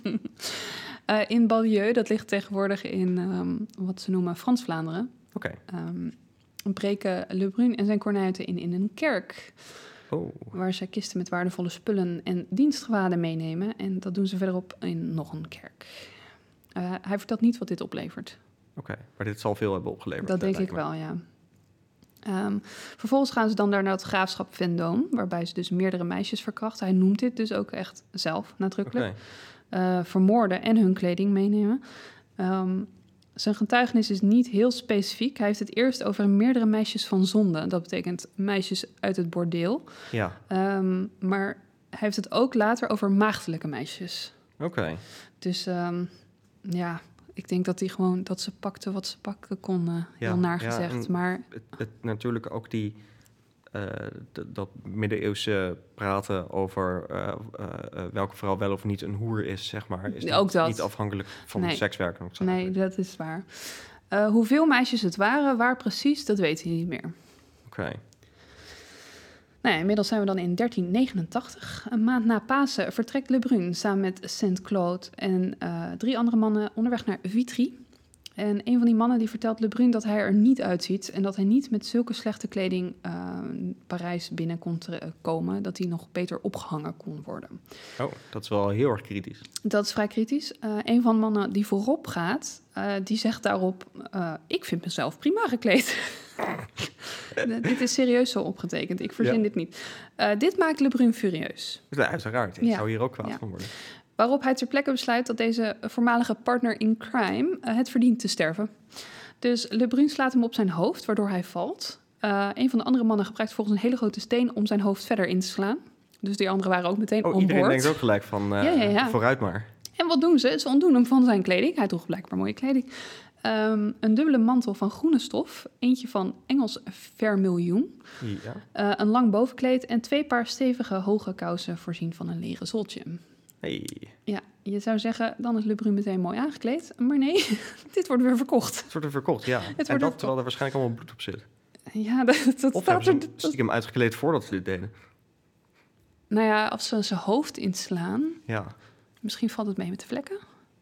uh, in Balieu, dat ligt tegenwoordig in um, wat ze noemen Frans-Vlaanderen. Oké. Okay. Um, breken Le Brun en zijn kornuiten in in een kerk. Oh. Waar ze kisten met waardevolle spullen en dienstgewaden meenemen. En dat doen ze verderop in nog een kerk. Uh, hij vertelt niet wat dit oplevert. Oké, okay, maar dit zal veel hebben opgeleverd. Dat denk ik wel, ja. Um, vervolgens gaan ze dan naar het graafschap Vendôme, waarbij ze dus meerdere meisjes verkrachten. Hij noemt dit dus ook echt zelf nadrukkelijk. Okay. Uh, vermoorden en hun kleding meenemen. Um, Zijn getuigenis is niet heel specifiek. Hij heeft het eerst over meerdere meisjes van zonde. Dat betekent meisjes uit het bordeel. Ja. Um, maar hij heeft het ook later over maagdelijke meisjes. Oké. Okay. Dus um, ja, ik denk dat hij gewoon dat ze pakte wat ze pakken kon. Uh, ja, heel naar gezegd. Ja, maar het, het, natuurlijk ook die uh, d- dat middeleeuwse praten over uh, uh, uh, welke vrouw wel of niet een hoer is, zeg maar, is ook niet, dat. niet afhankelijk van nee. sekswerken. Ook nee, dat is waar. Uh, hoeveel meisjes het waren, waar precies, dat weet hij niet meer. Oké. Okay. Nou ja, inmiddels zijn we dan in dertien negenentachtig. Een maand na Pasen vertrekt Le Brun samen met Saint-Claude en uh, drie andere mannen onderweg naar Vitry. En een van die mannen die vertelt Le Brun dat hij er niet uitziet en dat hij niet met zulke slechte kleding uh, Parijs binnen kon te, komen, dat hij nog beter opgehangen kon worden. Oh, dat is wel heel erg kritisch. Dat is vrij kritisch. Uh, een van de mannen die voorop gaat, uh, die zegt daarop, uh, ik vind mezelf prima gekleed. Dit is serieus zo opgetekend, ik verzin ja. dit niet. Uh, dit maakt Le Brun furieus. Ja, uiteraard, ik ja. zou hier ook kwaad ja. van worden. Waarop hij ter plekke besluit dat deze voormalige partner in crime uh, het verdient te sterven. Dus Le Brun slaat hem op zijn hoofd, waardoor hij valt. Uh, een van de andere mannen gebruikt volgens een hele grote steen om zijn hoofd verder in te slaan. Dus die anderen waren ook meteen oh, on iedereen board. denkt ook gelijk van uh, ja, ja, ja. vooruit maar. En wat doen ze? Ze ontdoen hem van zijn kleding. Hij droeg blijkbaar mooie kleding. Um, een dubbele mantel van groene stof. Eentje van Engels vermiljoen. Ja. Uh, een lang bovenkleed en twee paar stevige hoge kousen voorzien van een leren zoltje. Hey. Ja, je zou zeggen, dan is Le Brun meteen mooi aangekleed. Maar nee, dit wordt weer verkocht. Het wordt weer verkocht, ja. Het en dat terwijl er waarschijnlijk allemaal bloed op zit. Ja, dat, dat of staat hebben ze er, stiekem uitgekleed voordat ze dit deden? Nou ja, als ze zijn hoofd inslaan... Ja. Misschien valt het mee met de vlekken.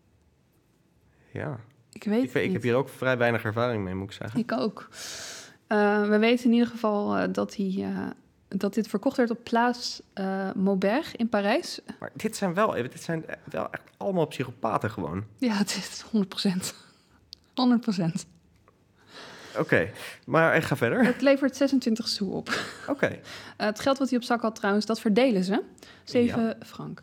Ja. Ik weet ik, weet, ik heb hier ook vrij weinig ervaring mee, moet ik zeggen. Ik ook. Uh, we weten in ieder geval uh, dat, hij, uh, dat dit verkocht werd op Place uh, Maubert in Parijs. Maar dit zijn wel, dit zijn wel echt allemaal psychopaten gewoon. Ja, het is honderd procent. honderd procent. Oké, okay, maar ik ga verder. Het levert zesentwintig sous op. Oké. Okay. Uh, het geld wat hij op zak had trouwens, dat verdelen ze. zeven ja. frank.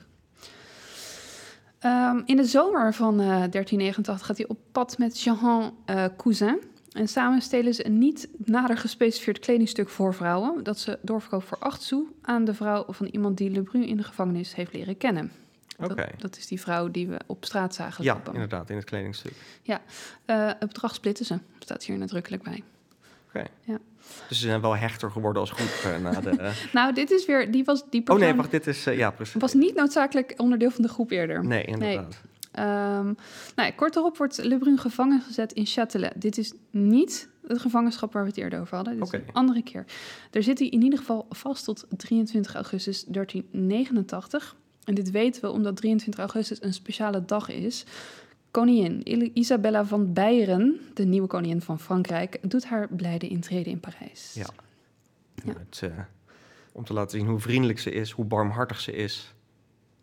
Um, in de zomer van uh, dertien negenentachtig gaat hij op pad met Jean uh, Cousin. En samen stelen ze een niet nader gespecificeerd kledingstuk voor vrouwen, dat ze doorverkoopt voor acht sous aan de vrouw van iemand die Le Brun in de gevangenis heeft leren kennen. Okay. Dat, dat is die vrouw die we op straat zagen ja, lopen. Ja, inderdaad, in het kledingstuk. Ja, uh, het bedrag splitten ze, staat hier nadrukkelijk bij. Oké. Okay. Ja. Dus ze zijn wel hechter geworden als groep uh, na de... Uh... nou, dit is weer... Die was, die persoon oh nee, wacht, dit is... Uh, ja, precies. was niet noodzakelijk onderdeel van de groep eerder. Nee, inderdaad. Nee. Um, nou ja, kort erop wordt Le Brun gevangen gezet in Châtelet. Dit is niet het gevangenschap waar we het eerder over hadden. Dit okay. is een andere keer. Daar zit hij in ieder geval vast tot drieëntwintig augustus dertien negenentachtig. En dit weten we omdat drieëntwintig augustus een speciale dag is. Koningin Isabella van Beieren, de nieuwe koningin van Frankrijk, doet haar blijde intrede in Parijs. Ja. ja. Het, uh, om te laten zien hoe vriendelijk ze is, hoe barmhartig ze is.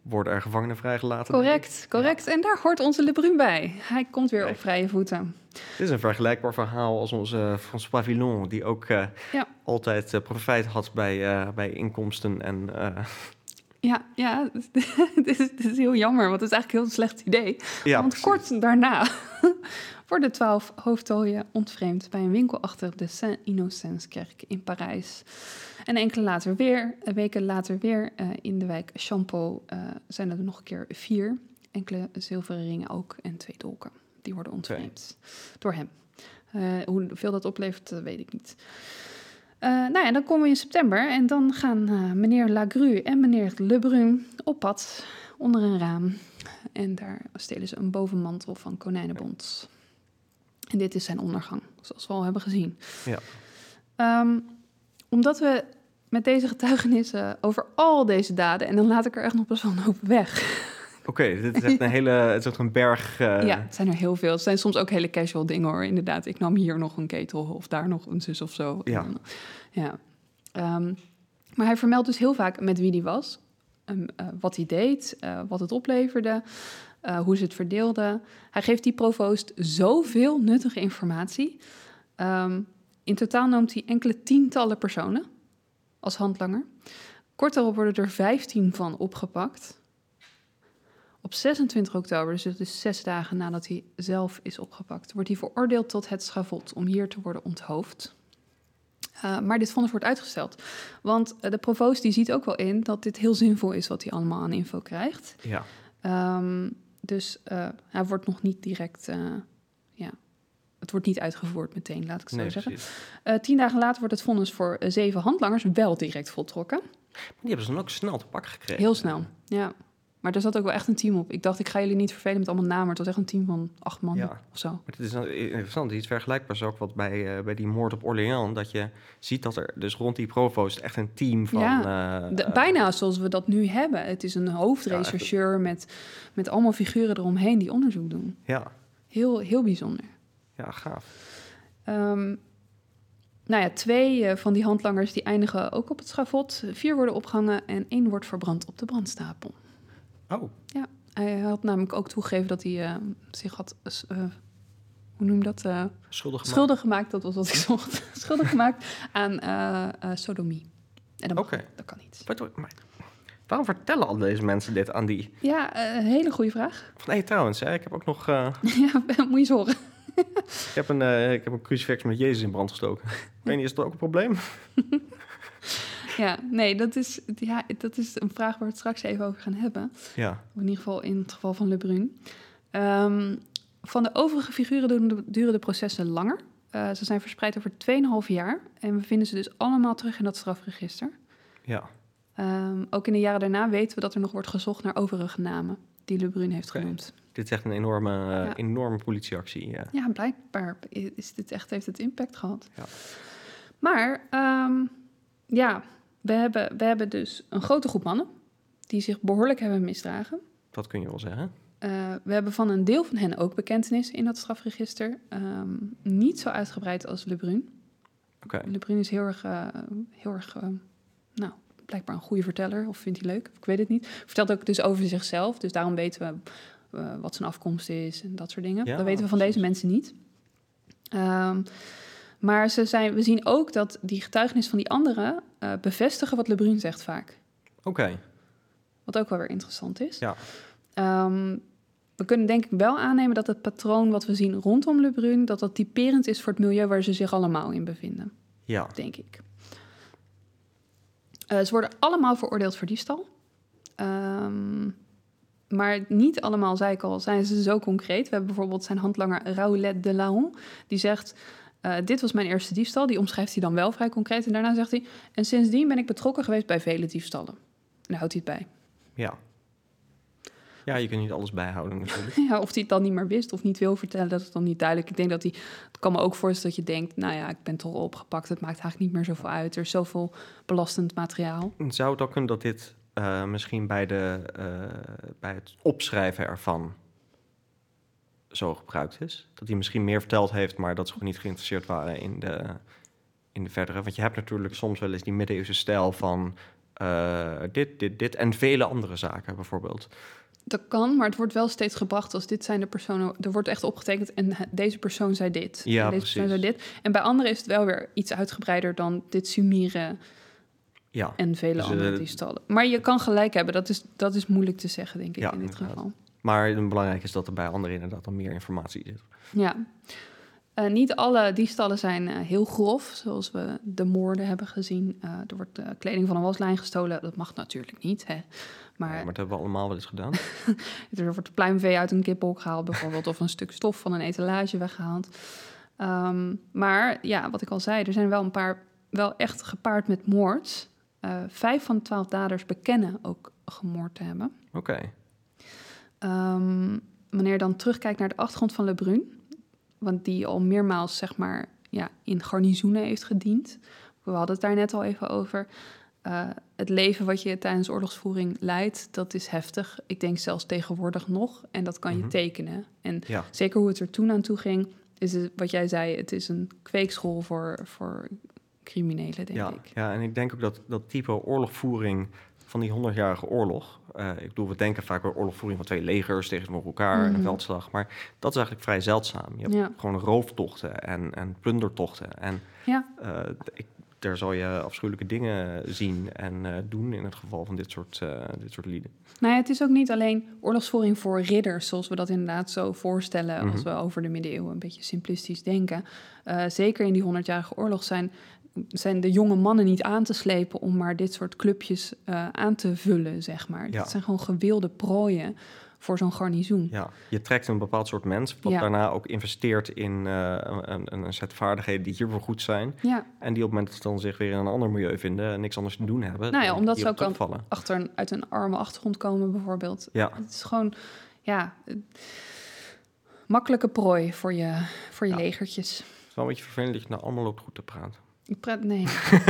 worden er gevangenen vrijgelaten. Correct, correct. Ja. En daar hoort onze Le Brun bij. Hij komt weer Kijk. op vrije voeten. Het is een vergelijkbaar verhaal als onze François Pavillon, die ook uh, ja. altijd uh, profijt had bij, uh, bij inkomsten en... Uh... Ja, ja dit, is, dit is heel jammer, want het is eigenlijk een heel slecht idee. Ja, want precies. Kort daarna worden twaalf hoofdtooien ontvreemd bij een winkel achter de Saint-Innocenskerk in Parijs. En enkele later weer, weken later weer uh, in de wijk Champeau uh, zijn er nog een keer vier. Enkele zilveren ringen ook en twee dolken. Die worden ontvreemd okay. door hem. Uh, hoeveel dat oplevert, uh, weet ik niet. Uh, nou ja, dan komen we in september en dan gaan uh, meneer Lagrue en meneer Le Brun op pad onder een raam. En daar stelen ze een bovenmantel van konijnenbont. En dit is zijn ondergang, zoals we al hebben gezien. Ja. Um, omdat we met deze getuigenissen over al deze daden... en dan laat ik er echt nog best wel een hoop weg... Oké, okay, dit is echt een hele, het is echt een berg... Uh... Ja, het zijn er heel veel. Het zijn soms ook hele casual dingen hoor, inderdaad. Ik nam hier nog een ketel of daar nog een zus of zo. Ja. En, ja. Um, maar hij vermeldt dus heel vaak met wie die was. Um, uh, wat hij deed, uh, wat het opleverde, uh, hoe ze het verdeelden. Hij geeft die provoost zoveel nuttige informatie. Um, in totaal noemt hij enkele tientallen personen als handlanger. Kort daarop worden er vijftien van opgepakt... Op zesentwintig oktober, dus het is zes dagen nadat hij zelf is opgepakt... wordt hij veroordeeld tot het schavot om hier te worden onthoofd. Uh, maar dit vonnis wordt uitgesteld. Want uh, de provoost die ziet ook wel in dat dit heel zinvol is... wat hij allemaal aan info krijgt. Ja. Um, dus uh, hij wordt nog niet direct... Uh, ja, het wordt niet uitgevoerd meteen, laat ik het nee, zo zeggen. Uh, tien dagen later wordt het vonnis voor uh, zeven handlangers wel direct voltrokken. Maar die hebben ze dan ook snel te pakken gekregen. Heel snel, ja. Maar er zat ook wel echt een team op. Ik dacht, ik ga jullie niet vervelen met allemaal namen. Maar het was echt een team van acht man ja. of zo. Maar het is interessant, iets vergelijkbaars ook wat bij, uh, bij die moord op Orléans. Dat je ziet dat er dus rond die provoost echt een team van... Ja, uh, de, bijna zoals we dat nu hebben. Het is een hoofdrechercheur ja, met, met allemaal figuren eromheen die onderzoek doen. Ja. Heel, heel bijzonder. Ja, gaaf. Um, nou ja, twee uh, van die handlangers die eindigen ook op het schavot. Vier worden opgehangen en één wordt verbrand op de brandstapel. Oh. Ja, hij had namelijk ook toegegeven dat hij uh, zich had, uh, hoe noem je dat? Uh, schuldig gemaakt. Schuldig gemaakt, dat was wat ik zocht. schuldig gemaakt aan uh, uh, sodomie. En dat, okay. dat kan niet. Wat, maar, waarom vertellen al deze mensen dit aan die? Ja, een uh, hele goede vraag. Van, hey, trouwens, hè, ik heb ook nog... Uh... ja, moet je eens horen. ik, heb een, uh, ik heb een crucifix met Jezus in brand gestoken. Ik weet niet, is dat ook een probleem? Ja, nee, dat is, ja, dat is een vraag waar we het straks even over gaan hebben. Ja. In ieder geval in het geval van Le Brun. Um, van de overige figuren duren de, duren de processen langer. Uh, ze zijn verspreid over twee komma vijf jaar. En we vinden ze dus allemaal terug in dat strafregister. Ja. Um, ook in de jaren daarna weten we dat er nog wordt gezocht naar overige namen die Le Brun heeft okay. genoemd. Dit is echt een enorme, uh, ja. enorme politieactie. Ja. ja, blijkbaar is dit echt, heeft het impact gehad. Ja. Maar um, ja... We hebben, we hebben dus een grote groep mannen die zich behoorlijk hebben misdragen. Dat kun je wel zeggen. Uh, we hebben van een deel van hen ook bekentenis in dat strafregister. Um, niet zo uitgebreid als Le Brun. Okay. Le Brun is heel erg, uh, heel erg uh, nou, blijkbaar een goede verteller. Of vindt hij leuk, ik weet het niet. Vertelt ook dus over zichzelf. Dus daarom weten we uh, wat zijn afkomst is en dat soort dingen. Ja, dat weten we van precies. Deze mensen niet. Um, Maar ze zijn, we zien ook dat die getuigenis van die anderen uh, bevestigen wat Le Brun zegt vaak. Oké. Okay. Wat ook wel weer interessant is. Ja. Um, we kunnen denk ik wel aannemen dat het patroon wat we zien rondom Le Brun... dat dat typerend is voor het milieu waar ze zich allemaal in bevinden. Ja. Denk ik. Uh, ze worden allemaal veroordeeld voor diefstal. Um, maar niet allemaal, zei ik al, zijn ze zo concreet. We hebben bijvoorbeeld zijn handlanger Raoulette de Laon, die zegt... Uh, dit was mijn eerste diefstal, die omschrijft hij dan wel vrij concreet. En daarna zegt hij, en sindsdien ben ik betrokken geweest bij vele diefstallen. En daar houdt hij het bij. Ja. Ja, je kunt niet alles bijhouden natuurlijk. ja, of hij het dan niet meer wist of niet wil vertellen, dat is dan niet duidelijk. Ik denk dat hij, het kan me ook voorstellen dat je denkt, nou ja, ik ben toch opgepakt. Het maakt eigenlijk niet meer zoveel uit. Er is zoveel belastend materiaal. Zou het ook kunnen dat dit uh, misschien bij, de, uh, bij het opschrijven ervan... zo gebruikt is. Dat hij misschien meer verteld heeft, maar dat ze gewoon niet geïnteresseerd waren in de, in de verdere. Want je hebt natuurlijk soms wel eens die middeleeuwse stijl van uh, dit, dit, dit en vele andere zaken bijvoorbeeld. Dat kan, maar het wordt wel steeds gebracht als dit zijn de personen. Er wordt echt opgetekend en deze persoon zei dit. Ja, en deze precies. persoon zei dit. En bij anderen is het wel weer iets uitgebreider dan dit summeren ja. en vele dus, andere uh, diefstallen. Maar je kan gelijk hebben, dat is, dat is moeilijk te zeggen, denk ik, ja, in dit inderdaad. geval. Maar belangrijk is dat er bij anderen inderdaad dan meer informatie zit. Ja. Uh, niet alle diefstallen zijn uh, heel grof, zoals we de moorden hebben gezien. Uh, er wordt uh, kleding van een waslijn gestolen. Dat mag natuurlijk niet, hè. Maar, ja, maar dat hebben we allemaal wel eens gedaan. er wordt pluimvee uit een kippenhok gehaald bijvoorbeeld... of een stuk stof van een etalage weggehaald. Um, maar ja, wat ik al zei, er zijn wel een paar... wel echt gepaard met moord. Uh, vijf van de twaalf daders bekennen ook gemoord te hebben. Oké. Okay. Um, wanneer je dan terugkijkt naar de achtergrond van Le Brun... want die al meermaals, zeg maar, ja, in garnizoenen heeft gediend. We hadden het daar net al even over. Uh, het leven wat je tijdens oorlogsvoering leidt, dat is heftig. Ik denk zelfs tegenwoordig nog. En dat kan mm-hmm. je tekenen. En ja. zeker hoe het er toen aan toe ging, is het, wat jij zei, het is een kweekschool voor, voor criminelen, denk ja, ik. Ja, en ik denk ook dat dat type oorlogvoering van die honderdjarige oorlog... Uh, ik bedoel, we denken vaak over oorlogvoering van twee legers tegenover elkaar mm-hmm. en een veldslag. Maar dat is eigenlijk vrij zeldzaam. Je hebt ja. gewoon rooftochten en, en plundertochten. En ja. uh, ik, daar zal je afschuwelijke dingen zien en uh, doen in het geval van dit soort, uh, dit soort lieden. Nou ja, het is ook niet alleen oorlogsvoering voor ridders, zoals we dat inderdaad zo voorstellen mm-hmm. als we over de middeleeuwen een beetje simplistisch denken. Uh, zeker in die honderdjarige oorlog zijn... zijn de jonge mannen niet aan te slepen om maar dit soort clubjes uh, aan te vullen, zeg maar. Ja. Dat zijn gewoon gewilde prooien voor zo'n garnizoen. Ja, je trekt een bepaald soort mens, wat ja. daarna ook investeert in uh, een, een set vaardigheden die hiervoor goed zijn. Ja. En die op het moment dat ze dan zich weer in een ander milieu vinden en niks anders te doen hebben, nou ja, dan omdat die ze ook terugvallen. achter een, uit een arme achtergrond komen, bijvoorbeeld. Ja. Het is gewoon, ja, makkelijke prooi voor je, voor je ja. legertjes. Het is wel een beetje vervelend dat je nou allemaal loopt goed te praten. Ik praat, nee.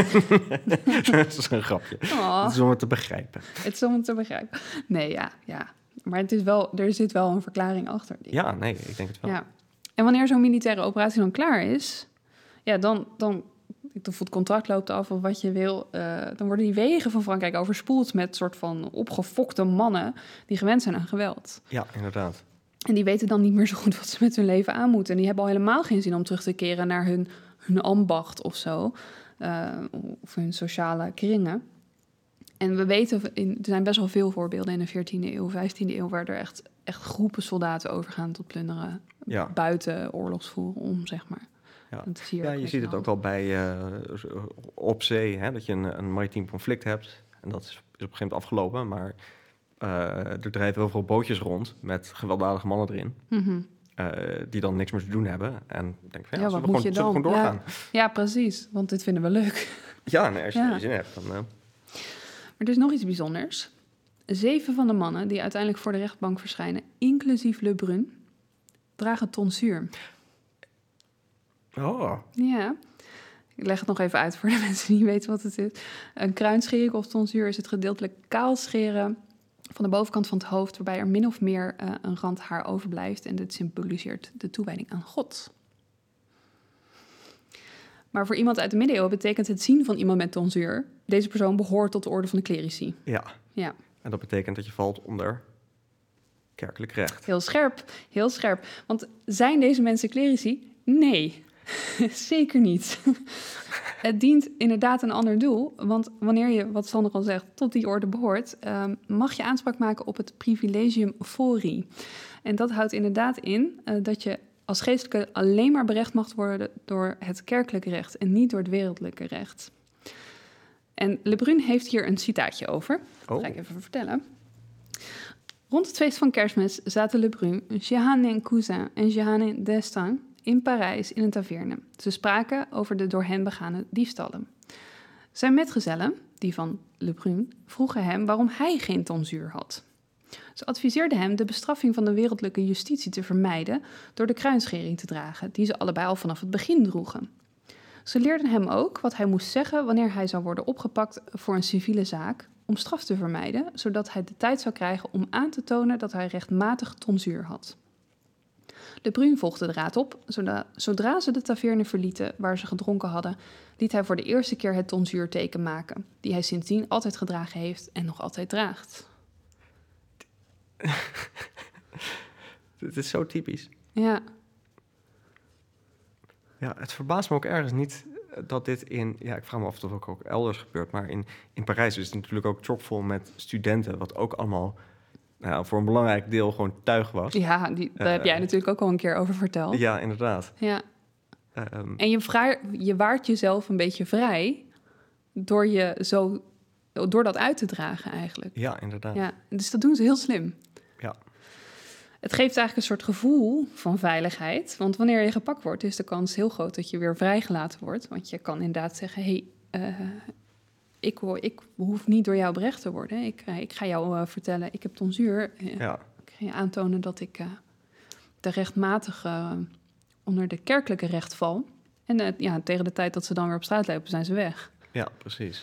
Dat is een grapje. Oh. Het is om het te begrijpen. Het is om het te begrijpen. Nee, ja, ja. Maar het is wel, er zit wel een verklaring achter. Ja, nee, ik denk het wel. Ja. En wanneer zo'n militaire operatie dan klaar is... ja, dan, dan of het contract loopt af of wat je wil... Uh, dan worden die wegen van Frankrijk overspoeld... met soort van opgefokte mannen... die gewend zijn aan geweld. Ja, inderdaad. En die weten dan niet meer zo goed wat ze met hun leven aan moeten. En die hebben al helemaal geen zin om terug te keren naar hun... hun ambacht of zo, uh, of hun sociale kringen. En we weten, in, er zijn best wel veel voorbeelden in de veertiende eeuw, vijftiende eeuw... waar er echt, echt groepen soldaten overgaan tot plunderen... Ja. buiten oorlogsvoeren om, zeg maar. Ja, ja je ziet het ook wel bij uh, op zee, hè, dat je een, een maritiem conflict hebt. En dat is, is op een gegeven moment afgelopen, maar uh, er drijven heel veel bootjes rond... met gewelddadige mannen erin... Mm-hmm. Uh, die dan niks meer te doen hebben. En denk van, ja, ja zullen, wat we moet gewoon, je dan? zullen we gewoon doorgaan? Ja, ja, precies. Want dit vinden we leuk. Ja, nee, als je ja. er zin hebt, dan... Uh... Maar er is nog iets bijzonders. Zeven van de mannen die uiteindelijk voor de rechtbank verschijnen... inclusief Le Brun, dragen tonsuur. Oh. Ja. Ik leg het nog even uit voor de mensen die niet weten wat het is. Een kruinschering of tonsuur is het gedeeltelijk kaalscheren... van de bovenkant van het hoofd... waarbij er min of meer uh, een rand haar overblijft... en dit symboliseert de toewijding aan God. Maar voor iemand uit de middeleeuwen betekent het zien van iemand met tonsuur... deze persoon behoort tot de orde van de clerici. Ja. ja, en dat betekent dat je valt onder kerkelijk recht. Heel scherp, heel scherp. Want zijn deze mensen clerici? Nee, zeker niet. Het dient inderdaad een ander doel, want wanneer je, wat Sander al zegt, tot die orde behoort, um, mag je aanspraak maken op het privilegium fori. En dat houdt inderdaad in uh, dat je als geestelijke alleen maar berecht mag worden door het kerkelijke recht en niet door het wereldlijke recht. En Le Brun heeft hier een citaatje over. Dat ga ik even vertellen. Rond het feest van Kerstmis zaten Le Brun, Jehanne Cousin en Jehanne d'Estaing in Parijs in een taverne. Ze spraken over de door hen begane diefstallen. Zijn metgezellen, die van Le Brun, vroegen hem waarom hij geen tonsuur had. Ze adviseerden hem de bestraffing van de wereldlijke justitie te vermijden door de kruinschering te dragen, die ze allebei al vanaf het begin droegen. Ze leerden hem ook wat hij moest zeggen wanneer hij zou worden opgepakt voor een civiele zaak, om straf te vermijden, zodat hij de tijd zou krijgen om aan te tonen dat hij rechtmatig tonsuur had. De Bruin volgde de raad op. Zodra, zodra ze de taverne verlieten waar ze gedronken hadden, liet hij voor de eerste keer het tonsuurteken maken, die hij sindsdien altijd gedragen heeft en nog altijd draagt. Dit is zo typisch. Ja. Ja, het verbaast me ook ergens niet dat dit in... Ja, ik vraag me af of dat ook, ook elders gebeurt. Maar in, in Parijs is het natuurlijk ook chockvol met studenten, wat ook allemaal nou, voor een belangrijk deel gewoon tuig was. Ja, die, daar uh, heb jij natuurlijk ook al een keer over verteld. Ja, inderdaad. Ja. Um, en je, vraag, je waart jezelf een beetje vrij door, je zo, door dat uit te dragen eigenlijk. Ja, inderdaad. Ja, dus dat doen ze heel slim. Ja. Het geeft eigenlijk een soort gevoel van veiligheid. Want wanneer je gepakt wordt, is de kans heel groot dat je weer vrijgelaten wordt. Want je kan inderdaad zeggen, hé, hey, uh, ik, ik hoef niet door jou berecht te worden. Ik, uh, ik ga jou uh, vertellen, ik heb tonsuur. Uh, ja. Ik ga je aantonen dat ik uh, de rechtmatige uh, onder de kerkelijke recht val. En uh, ja, tegen de tijd dat ze dan weer op straat lopen, zijn ze weg. Ja, precies.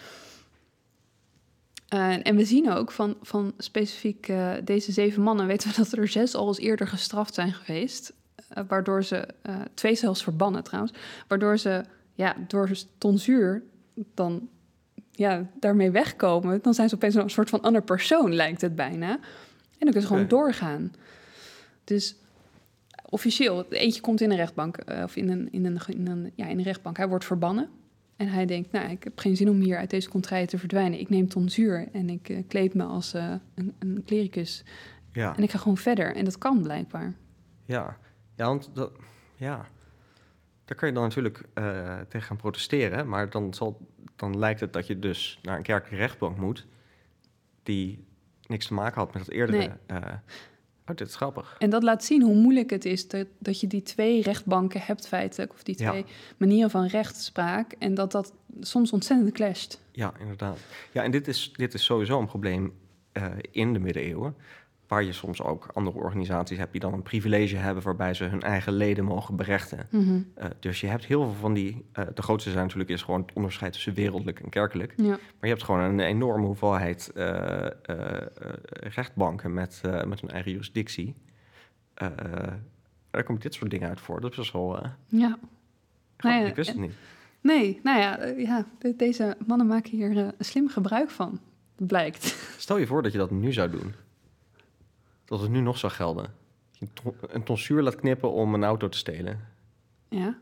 Uh, en we zien ook van, van specifiek uh, deze zeven mannen, weten we dat er zes al eens eerder gestraft zijn geweest. Uh, waardoor ze, uh, twee zelfs verbannen trouwens, waardoor ze ja, door tonsuur dan ja, daarmee wegkomen. Dan zijn ze opeens een soort van ander persoon, lijkt het bijna. En dan kunnen ze gewoon okay. doorgaan. Dus officieel, eentje komt in een rechtbank, uh, of in een, in, een, in, een, ja, in een rechtbank, hij wordt verbannen. En hij denkt, nou, ik heb geen zin om hier uit deze contraille te verdwijnen. Ik neem tonsuur en ik uh, kleed me als uh, een, een klericus. Ja. En ik ga gewoon verder. En dat kan blijkbaar. Ja, ja want dat, ja. daar kan je dan natuurlijk uh, tegen gaan protesteren. Maar dan, zal, dan lijkt het dat je dus naar een kerkelijke rechtbank moet, die niks te maken had met het eerdere. Nee. Uh, oh, dit is grappig. En dat laat zien hoe moeilijk het is dat, dat je die twee rechtbanken hebt feitelijk. Of die twee ja. manieren van rechtspraak. En dat dat soms ontzettend clasht. Ja, inderdaad. Ja, en dit is, dit is sowieso een probleem uh, in de middeleeuwen. Waar je soms ook andere organisaties hebt die dan een privilege hebben waarbij ze hun eigen leden mogen berechten. Mm-hmm. Uh, dus je hebt heel veel van die... Uh, de grootste zijn natuurlijk is gewoon het onderscheid tussen wereldlijk en kerkelijk. Ja. Maar je hebt gewoon een enorme hoeveelheid uh, uh, uh, rechtbanken met, uh, met hun eigen jurisdictie. Uh, daar komt dit soort dingen uit voor. Dat is best wel... Uh, ja. Nou ja, ik wist het niet. Nee, nou ja, uh, ja de, deze mannen maken hier uh, slim gebruik van, blijkt. Stel je voor dat je dat nu zou doen. Dat het nu nog zou gelden. Je een tonsuur laat knippen om een auto te stelen. Ja.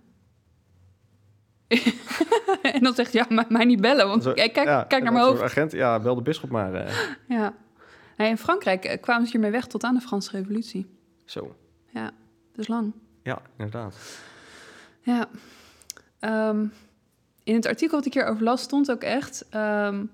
En dan zegt ja, maar mij niet bellen, want zo, kijk, ja, kijk naar mijn hoofd. Agent, ja, bel de bisschop maar. Uh. Ja. Nee, in Frankrijk uh, kwamen ze hiermee weg tot aan de Franse Revolutie. Zo. Ja, dus lang. Ja, inderdaad. Ja. Um, in het artikel wat ik hierover las stond ook echt... Um,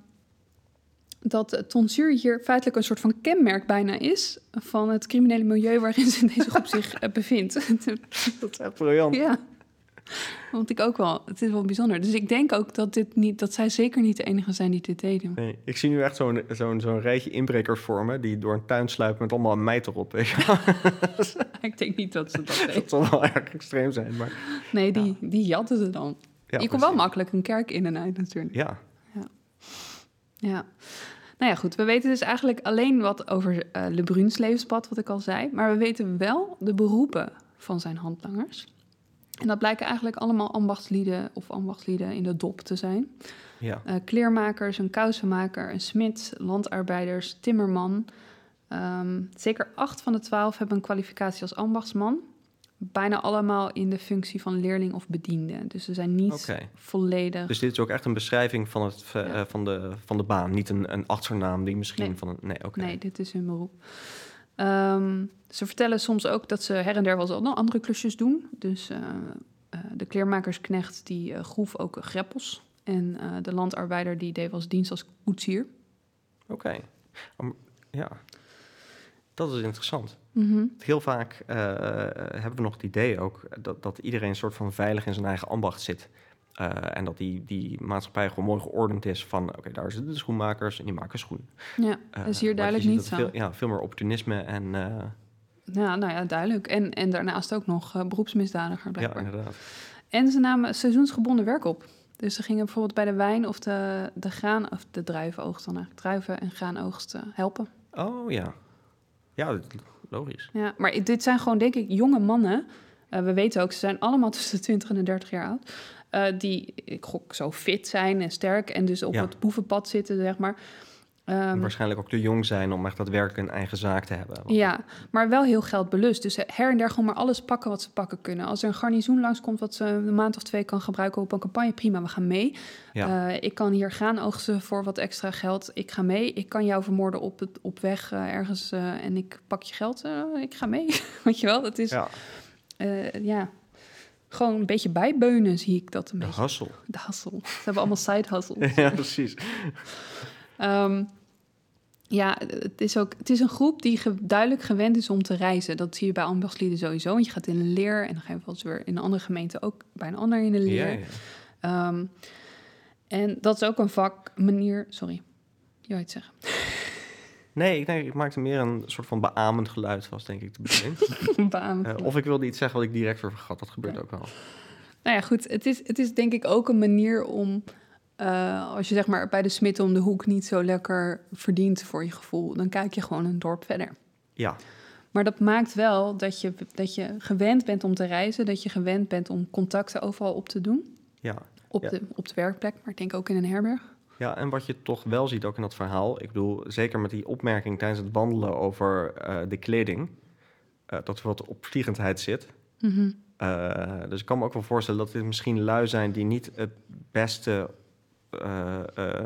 dat tonsuur hier feitelijk een soort van kenmerk bijna is van het criminele milieu waarin ze in deze groep zich uh, bevindt. Dat is echt briljant. Ja, vond ik ook wel. Het is wel bijzonder. Dus ik denk ook dat, dit niet, dat zij zeker niet de enige zijn die dit deden. Nee, ik zie nu echt zo'n, zo'n, zo'n rijtje inbrekers vormen die door een tuin sluipen met allemaal een meid erop. Weet je. Ik denk niet dat ze dat deden. Dat zal wel erg extreem zijn. Maar, nee, die, ja. die jatten ze dan. Ja, je kon wel makkelijk een kerk in en uit natuurlijk. Ja. Ja. Ja. Nou ja, goed. We weten dus eigenlijk alleen wat over uh, Le Bruns levenspad, wat ik al zei. Maar we weten wel de beroepen van zijn handlangers. En dat blijken eigenlijk allemaal ambachtslieden of ambachtslieden in de dop te zijn. Ja. Uh, kleermakers, een kousenmaker, een smid, landarbeiders, timmerman. Um, zeker acht van de twaalf hebben een kwalificatie als ambachtsman. Bijna allemaal in de functie van leerling of bediende. Dus ze zijn niet okay. volledig... Dus dit is ook echt een beschrijving van, het, uh, ja. van, de, van de baan. Niet een, een achternaam die misschien nee. van een... Nee, oké. Okay. Nee, dit is hun beroep. Um, ze vertellen soms ook dat ze her en der wel eens andere klusjes doen. Dus uh, uh, de kleermakersknecht die uh, groef ook greppels. En uh, de landarbeider die deed wel eens dienst als koetsier. Oké. Okay. Um, ja, dat is interessant. Mm-hmm. Heel vaak uh, hebben we nog het idee ook dat, dat iedereen een soort van veilig in zijn eigen ambacht zit. Uh, en dat die, die maatschappij gewoon mooi geordend is van... oké, okay, daar zitten de schoenmakers en die maken schoenen. Ja, dat is hier uh, duidelijk niet zo. Veel, ja, veel meer opportunisme en... Uh... Ja, nou ja, duidelijk. En, en daarnaast ook nog uh, beroepsmisdadiger blijkbaar. Ja, inderdaad. En ze namen seizoensgebonden werk op. Dus ze gingen bijvoorbeeld bij de wijn of de, de graan... of de druivenoogst dan eigenlijk, druiven en graanoogst uh, helpen. Oh ja. Ja, logisch. Ja, maar dit zijn gewoon, denk ik, jonge mannen. Uh, we weten ook, ze zijn allemaal tussen de twintig en de dertig jaar oud. Uh, die, ik gok, zo fit zijn en sterk en dus op Ja. het boevenpad zitten, zeg maar. En Um, waarschijnlijk ook te jong zijn om echt daadwerkelijk een eigen zaak te hebben. Want ja, maar wel heel geldbelust. Dus her en der gewoon maar alles pakken wat ze pakken kunnen. Als er een garnizoen langskomt wat ze een maand of twee kan gebruiken op een campagne, prima, we gaan mee. Ja. Uh, ik kan hier graan oogsten voor wat extra geld. Ik ga mee. Ik kan jou vermoorden op, het, op weg uh, ergens uh, en ik pak je geld. Uh, ik ga mee. Weet je wel, dat is... Ja. Uh, ja, gewoon een beetje bijbeunen zie ik dat een De beetje. hassel. De hassel. Ze hebben allemaal side hustles. Ja, precies. Um, ja, het is ook het is een groep die ge, duidelijk gewend is om te reizen. Dat zie je bij ambachtslieden sowieso. Want je gaat in een leer en dan ga je wel eens weer in een andere gemeente ook bij een ander in de leer. Ja, ja. Um, en dat is ook een vak, manier... Sorry, je wou iets zeggen. Nee, ik denk, ik maakte meer een soort van beamend geluid, was denk ik te begin. Beaamd. Uh, of ik wilde iets zeggen wat ik direct weer vergat. Dat gebeurt Ja. ook wel. Nou ja, goed. Het is, het is denk ik ook een manier om... Uh, als je zeg maar bij de smid om de hoek niet zo lekker verdient voor je gevoel... dan kijk je gewoon een dorp verder. Ja. Maar dat maakt wel dat je, dat je gewend bent om te reizen... dat je gewend bent om contacten overal op te doen. Ja. Op, Ja. de, op de werkplek, maar ik denk ook in een herberg. Ja, en wat je toch wel ziet ook in dat verhaal... ik bedoel, zeker met die opmerking tijdens het wandelen over uh, de kleding... Uh, dat er wat opvliegendheid zit. Mm-hmm. Uh, dus ik kan me ook wel voorstellen dat dit misschien lui zijn... die niet het beste uh, uh,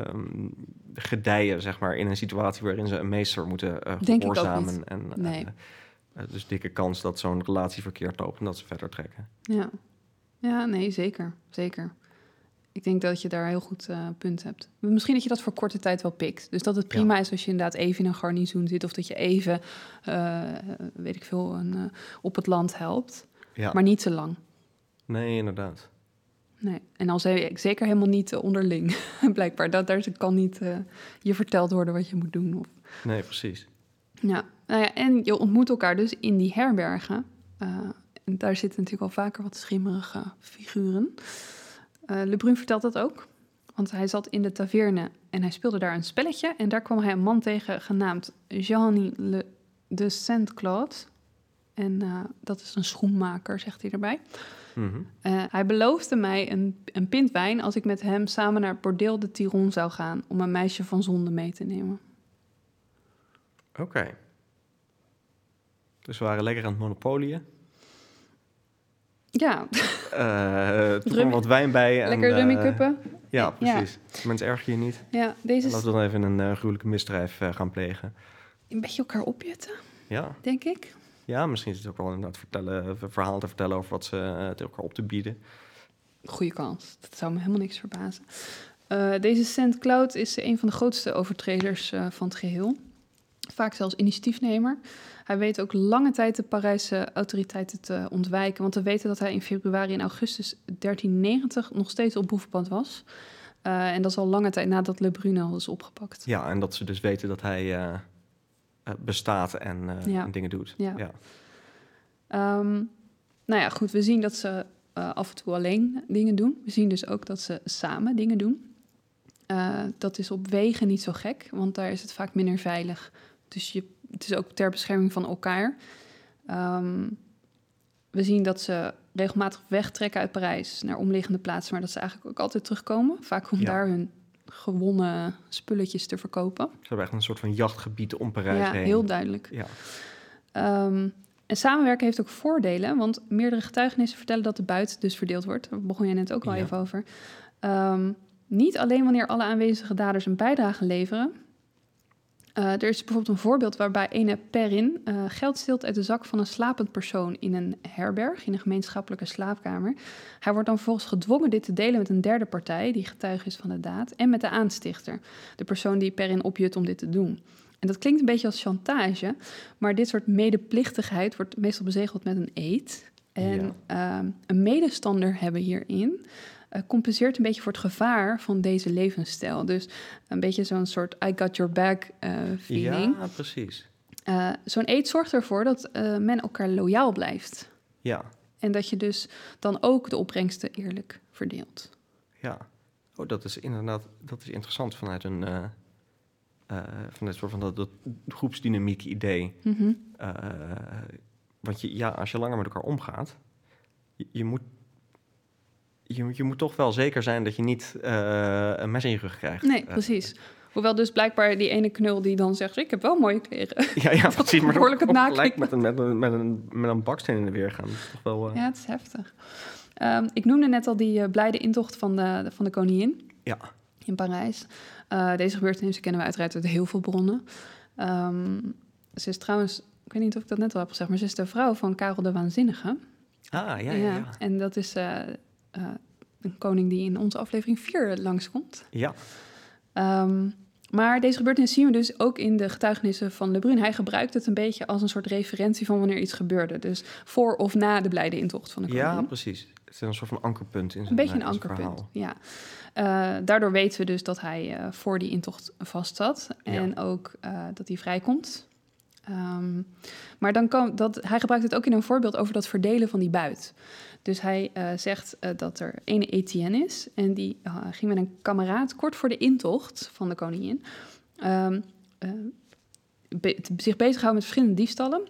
gedijen, zeg maar... in een situatie waarin ze een meester moeten uh, Denk ik ook gehoorzamen. niet. En, uh, Nee. uh, dus dikke kans dat zo'n relatie verkeerd loopt... en dat ze verder trekken. Ja. Ja, nee, zeker. Zeker. Ik denk dat je daar heel goed uh, punt hebt. Misschien dat je dat voor korte tijd wel pikt. Dus dat het prima Ja. is als je inderdaad even in een garnizoen zit... of dat je even, uh, weet ik veel, een, uh, op het land helpt. Ja. Maar niet te lang. Nee, inderdaad. Nee. En al zei ik zeker helemaal niet uh, onderling. Blijkbaar, dat, daar kan niet uh, je verteld worden wat je moet doen. Of... Nee, precies. Ja. Nou ja, en je ontmoet elkaar dus in die herbergen. Uh, en daar zitten natuurlijk al vaker wat schimmerige figuren... Uh, Le Brun vertelt dat ook, want hij zat in de taverne en hij speelde daar een spelletje. En daar kwam hij een man tegen genaamd Jean Le de Saint-Claude. En uh, dat is een schoenmaker, zegt hij erbij. Mm-hmm. Uh, hij beloofde mij een, een pint wijn als ik met hem samen naar het bordeel de Tiron zou gaan... om een meisje van zonde mee te nemen. Oké. Okay. Dus we waren lekker aan het monopolieën. Ja. Uh, toen kwam wat wijn bij. En, lekker rummy kuppen. Uh, ja, precies. Ja. Mensen erger je niet. Ja, deze Laten we dan even een uh, gruwelijke misdrijf uh, gaan plegen. Een beetje elkaar opjutten, ja. denk ik. Ja, misschien is het ook wel inderdaad vertellen, een verhaal te vertellen over wat ze uh, tegen elkaar op te bieden. Goeie kans. Dat zou me helemaal niks verbazen. Uh, deze Saint-Claude is een van de grootste overtreders uh, van het geheel. Vaak zelfs initiatiefnemer. Hij weet ook lange tijd de Parijse autoriteiten te ontwijken. Want we weten dat hij in februari en augustus dertien negentig nog steeds op boevenpad was. Uh, en dat is al lange tijd nadat Le Brun al is opgepakt. Ja, en dat ze dus weten dat hij uh, uh, bestaat en, uh, ja. en dingen doet. Ja. Ja. Um, nou ja, goed. We zien dat ze uh, af en toe alleen dingen doen. We zien dus ook dat ze samen dingen doen. Uh, dat is op wegen niet zo gek, want daar is het vaak minder veilig. Dus je, het is ook ter bescherming van elkaar. Um, we zien dat ze regelmatig wegtrekken uit Parijs naar omliggende plaatsen, maar dat ze eigenlijk ook altijd terugkomen. Vaak om ja. daar hun gewonnen spulletjes te verkopen. Ze hebben echt een soort van jachtgebied om Parijs ja, heen. Ja, heel duidelijk. Ja. Um, en samenwerken heeft ook voordelen, want meerdere getuigenissen vertellen dat de buit dus verdeeld wordt. Daar begon je net ook al ja. even over. Um, niet alleen wanneer alle aanwezige daders een bijdrage leveren. Uh, er is bijvoorbeeld een voorbeeld waarbij ene Perrin uh, geld steelt uit de zak van een slapend persoon in een herberg, in een gemeenschappelijke slaapkamer. Hij wordt dan vervolgens gedwongen dit te delen met een derde partij, die getuige is van de daad, en met de aanstichter, de persoon die Perrin opjut om dit te doen. En dat klinkt een beetje als chantage, maar dit soort medeplichtigheid wordt meestal bezegeld met een eed. En ja. uh, een medestander hebben hierin Uh, compenseert een beetje voor het gevaar van deze levensstijl. Dus een beetje zo'n soort I got your back uh, feeling. Ja, precies. Uh, zo'n eed zorgt ervoor dat uh, men elkaar loyaal blijft. Ja. En dat je dus dan ook de opbrengsten eerlijk verdeelt. Ja. Oh, dat is inderdaad dat is interessant vanuit een, uh, Uh, van dit soort van dat, dat groepsdynamiek idee. Mm-hmm. Uh, want je, ja, als je langer met elkaar omgaat, je, je moet je, je moet toch wel zeker zijn dat je niet uh, een mes in je rug krijgt. Nee, precies. Uh, Hoewel dus blijkbaar die ene knul die dan zegt, ik heb wel mooie kleren. Ja, ja precies. Maar behoorlijk het gelijk met een, met, een, met, een, met een baksteen in de weer gaan. Dat is toch wel, uh... Ja, het is heftig. Um, ik noemde net al die uh, blijde intocht van de, van de koningin. Ja. In Parijs. Uh, deze gebeurtenissen kennen we uiteraard uit heel veel bronnen. Um, ze is trouwens, ik weet niet of ik dat net al heb gezegd, maar ze is de vrouw van Karel de Waanzinnige. Ah, ja, ja, ja. ja. En dat is uh, uh, een koning die in onze aflevering vier langskomt. Ja. Um, maar deze gebeurtenis zien we dus ook in de getuigenissen van Le Brun. Hij gebruikt het een beetje als een soort referentie van wanneer iets gebeurde. Dus voor of na de blijde intocht van de koningin. Ja, precies. Het is een soort van ankerpunt in zijn Een beetje een uh, ankerpunt, verhaal. ja. Uh, daardoor weten we dus dat hij uh, voor die intocht vast zat. En ja. ook uh, dat hij vrijkomt. Um, maar dan kan dat, hij gebruikt het ook in een voorbeeld over dat verdelen van die buit. Dus hij uh, zegt uh, dat er ene Etienne is. En die uh, ging met een kameraad kort voor de intocht van de koningin Um, uh, be- zich bezighouden met verschillende diefstallen.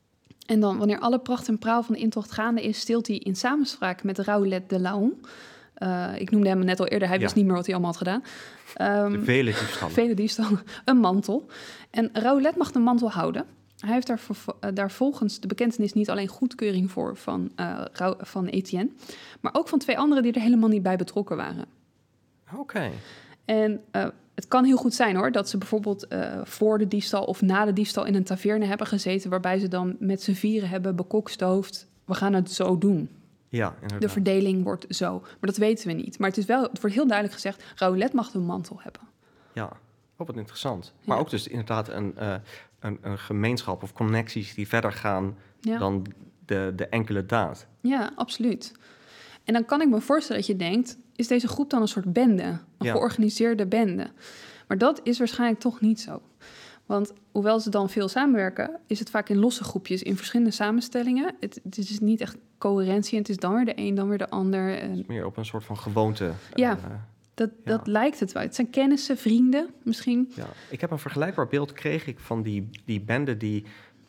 En dan, wanneer alle pracht en praal van de intocht gaande is, steelt hij in samenspraak met Raoulette de Laon. Uh, ik noemde hem net al eerder, hij ja. wist niet meer wat hij allemaal had gedaan. Um, de vele diefstallen. Vele diefstallen, een mantel. En Raoulette mag de mantel houden. Hij heeft daar, vo- daar volgens de bekentenis niet alleen goedkeuring voor van, uh, Ra- van Etienne, maar ook van twee anderen die er helemaal niet bij betrokken waren. Oké. Okay. En uh, het kan heel goed zijn hoor, dat ze bijvoorbeeld uh, voor de diefstal of na de diefstal in een taverne hebben gezeten, waarbij ze dan met z'n vieren hebben bekokstoofd, we gaan het zo doen. Ja, inderdaad. De verdeling wordt zo. Maar dat weten we niet. Maar het, is wel, het wordt heel duidelijk gezegd, Raoulette mag de mantel hebben. Ja, oh, wat interessant. Maar ja. ook dus inderdaad een, uh, een, een gemeenschap of connecties die verder gaan ja. dan de, de enkele daad. Ja, absoluut. En dan kan ik me voorstellen dat je denkt, is deze groep dan een soort bende? Een ja. georganiseerde bende? Maar dat is waarschijnlijk toch niet zo. Want hoewel ze dan veel samenwerken, is het vaak in losse groepjes, in verschillende samenstellingen. Het, het is niet echt coherentie en het is dan weer de een, dan weer de ander. En... Het is meer op een soort van gewoonte. Ja, uh, dat, ja. dat lijkt het wel. Het zijn kennissen, vrienden misschien. Ja. Ik heb een vergelijkbaar beeld kreeg ik van die, die bende die,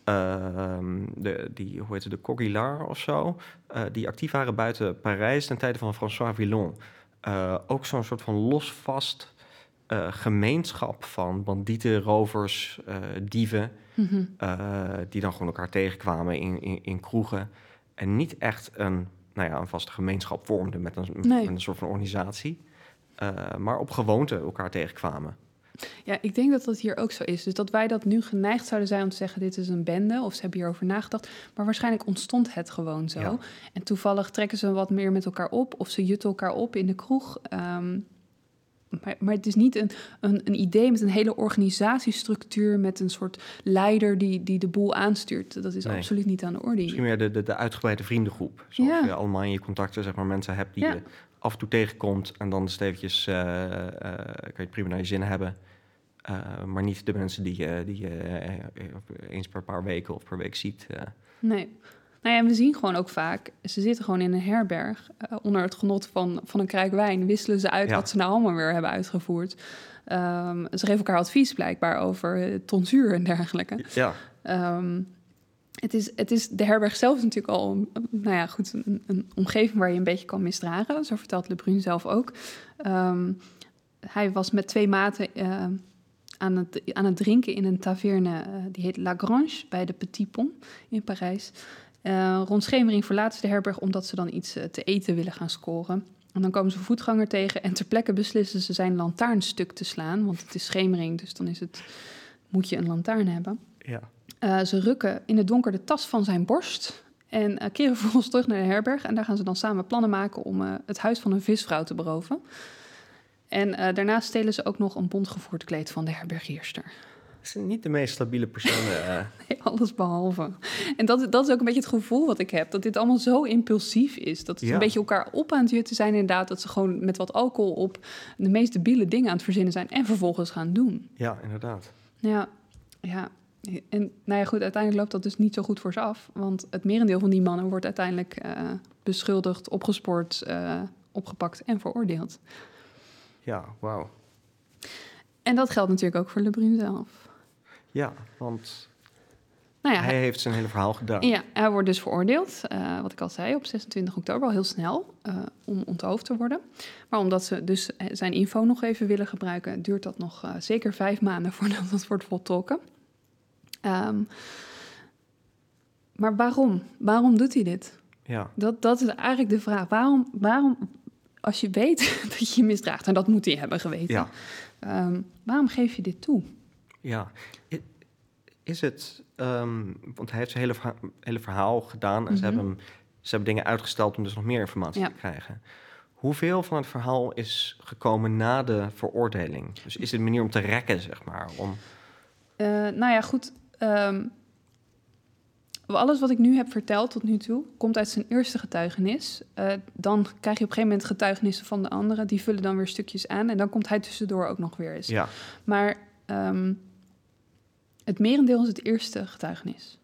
uh, de, die, hoe heet het, de Coquillard of zo, uh, die actief waren buiten Parijs ten tijde van François Villon. Uh, ook zo'n soort van losvast uh, gemeenschap van bandieten, rovers, uh, dieven, Mm-hmm. uh, die dan gewoon elkaar tegenkwamen in, in, in kroegen. En niet echt een, nou ja, een vaste gemeenschap vormden met een, nee. met een soort van organisatie. Uh, maar op gewoonte elkaar tegenkwamen. Ja, ik denk dat dat hier ook zo is. Dus dat wij dat nu geneigd zouden zijn om te zeggen, dit is een bende, of ze hebben hierover nagedacht. Maar waarschijnlijk ontstond het gewoon zo. Ja. En toevallig trekken ze wat meer met elkaar op, of ze jutten elkaar op in de kroeg. Um, maar, maar het is niet een, een, een idee met een hele organisatiestructuur, met een soort leider die, die de boel aanstuurt. Dat is nee. absoluut niet aan de orde. Misschien meer de, de, de uitgebreide vriendengroep. Zoals ja. je allemaal in je contacten, zeg maar, mensen hebt die ja. je af en toe tegenkomt en dan eventjes uh, uh, kan je het prima naar je zin hebben. Uh, maar niet de mensen die je die, uh, eens per paar weken of per week ziet. Uh. Nee. Nou ja, en we zien gewoon ook vaak, ze zitten gewoon in een herberg. Uh, onder het genot van, van een kruik wijn wisselen ze uit ja. wat ze nou allemaal weer hebben uitgevoerd. Um, ze geven elkaar advies blijkbaar over uh, tonsuur en dergelijke. Ja. Um, het is, het is, de herberg zelf is natuurlijk al een, nou ja, goed, een, een omgeving waar je een beetje kan misdragen. Zo vertelt Le Brun zelf ook. Um, hij was met twee maten uh, aan, het, aan het drinken in een taverne, uh, die heet La Grange, bij de Petit Pont in Parijs. Uh, rond schemering verlaten ze de herberg omdat ze dan iets uh, te eten willen gaan scoren. En dan komen ze een voetganger tegen en ter plekke beslissen ze zijn lantaarn stuk te slaan. Want het is schemering, dus dan is het, moet je een lantaarn hebben. Ja. Uh, ze rukken in het donker de tas van zijn borst en uh, keren vervolgens terug naar de herberg. En daar gaan ze dan samen plannen maken om uh, het huis van een visvrouw te beroven. En uh, daarnaast stelen ze ook nog een bondgevoerd kleed van de herbergierster. Dat zijn niet de meest stabiele personen. Uh. Nee, alles behalve. En dat, dat is ook een beetje het gevoel wat ik heb. Dat dit allemaal zo impulsief is. Dat ze ja. een beetje elkaar op aan het jutten zijn inderdaad. Dat ze gewoon met wat alcohol op de meest debiele dingen aan het verzinnen zijn. En vervolgens gaan doen. Ja, inderdaad. Ja, ja. En nou ja, goed, uiteindelijk loopt dat dus niet zo goed voor ze af. Want het merendeel van die mannen wordt uiteindelijk uh, beschuldigd, opgespoord, uh, opgepakt en veroordeeld. Ja, wauw. En dat geldt natuurlijk ook voor Le Brun zelf. Ja, want Nou ja, hij heeft zijn hele verhaal gedaan. Ja, hij wordt dus veroordeeld, uh, wat ik al zei, op zesentwintig oktober, al heel snel, uh, om onthoofd te worden. Maar omdat ze dus zijn info nog even willen gebruiken, duurt dat nog uh, zeker vijf maanden voordat dat wordt voltrokken. Um, maar waarom? Waarom doet hij dit? Ja. Dat, dat is eigenlijk de vraag. Waarom, waarom, als je weet dat je je misdraagt, en dat moet hij hebben geweten, ja. um, waarom geef je dit toe? Ja, is het, um, want hij heeft zijn hele, verha- hele verhaal gedaan en mm-hmm. ze, hebben hem, ze hebben dingen uitgesteld om dus nog meer informatie ja. te krijgen. Hoeveel van het verhaal is gekomen na de veroordeling? Dus is het een manier om te rekken, zeg maar? Om... Uh, nou ja, goed. Um, alles wat ik nu heb verteld tot nu toe, komt uit zijn eerste getuigenis. Uh, dan krijg je op een gegeven moment getuigenissen van de anderen. Die vullen dan weer stukjes aan en dan komt hij tussendoor ook nog weer eens. Ja. Maar... Um, Het merendeel is het eerste getuigenis.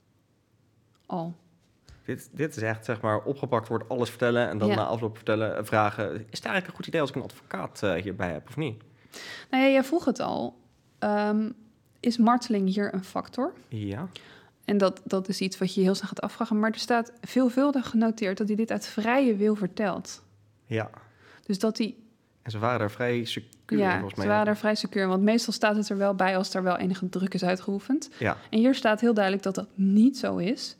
Al. Dit, dit is echt, zeg maar, opgepakt wordt, alles vertellen... en dan ja. na afloop vertellen, vragen... is het eigenlijk een goed idee als ik een advocaat uh, hierbij heb, of niet? Nou ja, jij vroeg het al. Um, is marteling hier een factor? Ja. En dat, dat is iets wat je heel snel gaat afvragen. Maar er staat veelvuldig genoteerd dat hij dit uit vrije wil vertelt. Ja. Dus dat hij... En ze waren daar vrij secuur, ja, volgens mij. ze waren daar vrij secuur. Want meestal staat het er wel bij als er wel enige druk is uitgeoefend. Ja. En hier staat heel duidelijk dat dat niet zo is.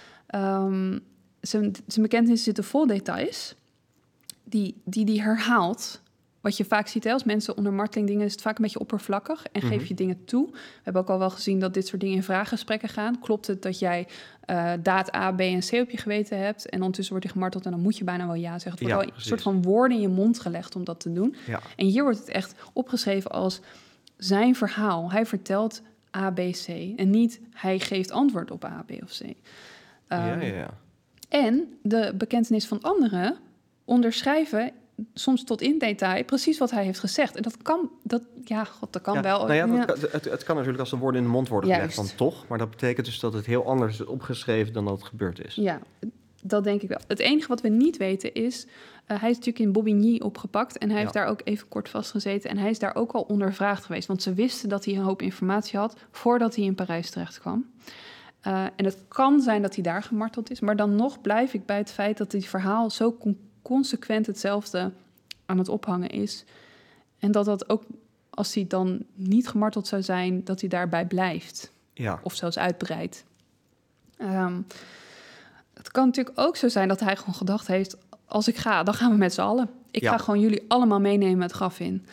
Um, zijn, zijn bekentenis zitten vol details die die, die herhaalt. Wat je vaak ziet, hè, als mensen onder marteling dingen... is het vaak een beetje oppervlakkig en mm-hmm. geef je dingen toe. We hebben ook al wel gezien dat dit soort dingen in vraaggesprekken gaan. Klopt het dat jij uh, daad A, B en C op je geweten hebt... en ondertussen wordt je gemarteld en dan moet je bijna wel ja zeggen. Het wordt ja, wel een soort van woorden in je mond gelegd om dat te doen. Ja. En hier wordt het echt opgeschreven als zijn verhaal. Hij vertelt A, B, C en niet hij geeft antwoord op A, B of C. Um, ja, ja, ja. En de bekentenis van anderen onderschrijven... soms tot in detail precies wat hij heeft gezegd. En dat kan, dat, ja, god, dat kan ja, wel. Nou ja, ja. dat, het, het kan natuurlijk als de woorden in de mond worden gelegd, dan toch. Maar dat betekent dus dat het heel anders is opgeschreven dan dat het gebeurd is. Ja, dat denk ik wel. Het enige wat we niet weten is... Uh, hij is natuurlijk in Bobigny opgepakt... en hij ja. heeft daar ook even kort vastgezeten... en hij is daar ook al ondervraagd geweest. Want ze wisten dat hij een hoop informatie had... voordat hij in Parijs terecht kwam. Uh, en het kan zijn dat hij daar gemarteld is... maar dan nog blijf ik bij het feit dat dit verhaal zo... con- consequent hetzelfde aan het ophangen is. En dat dat ook, als hij dan niet gemarteld zou zijn... dat hij daarbij blijft. Ja. Of zelfs uitbreidt. Um, het kan natuurlijk ook zo zijn dat hij gewoon gedacht heeft... als ik ga, dan gaan we met z'n allen. Ik ja. ga gewoon jullie allemaal meenemen het graf in.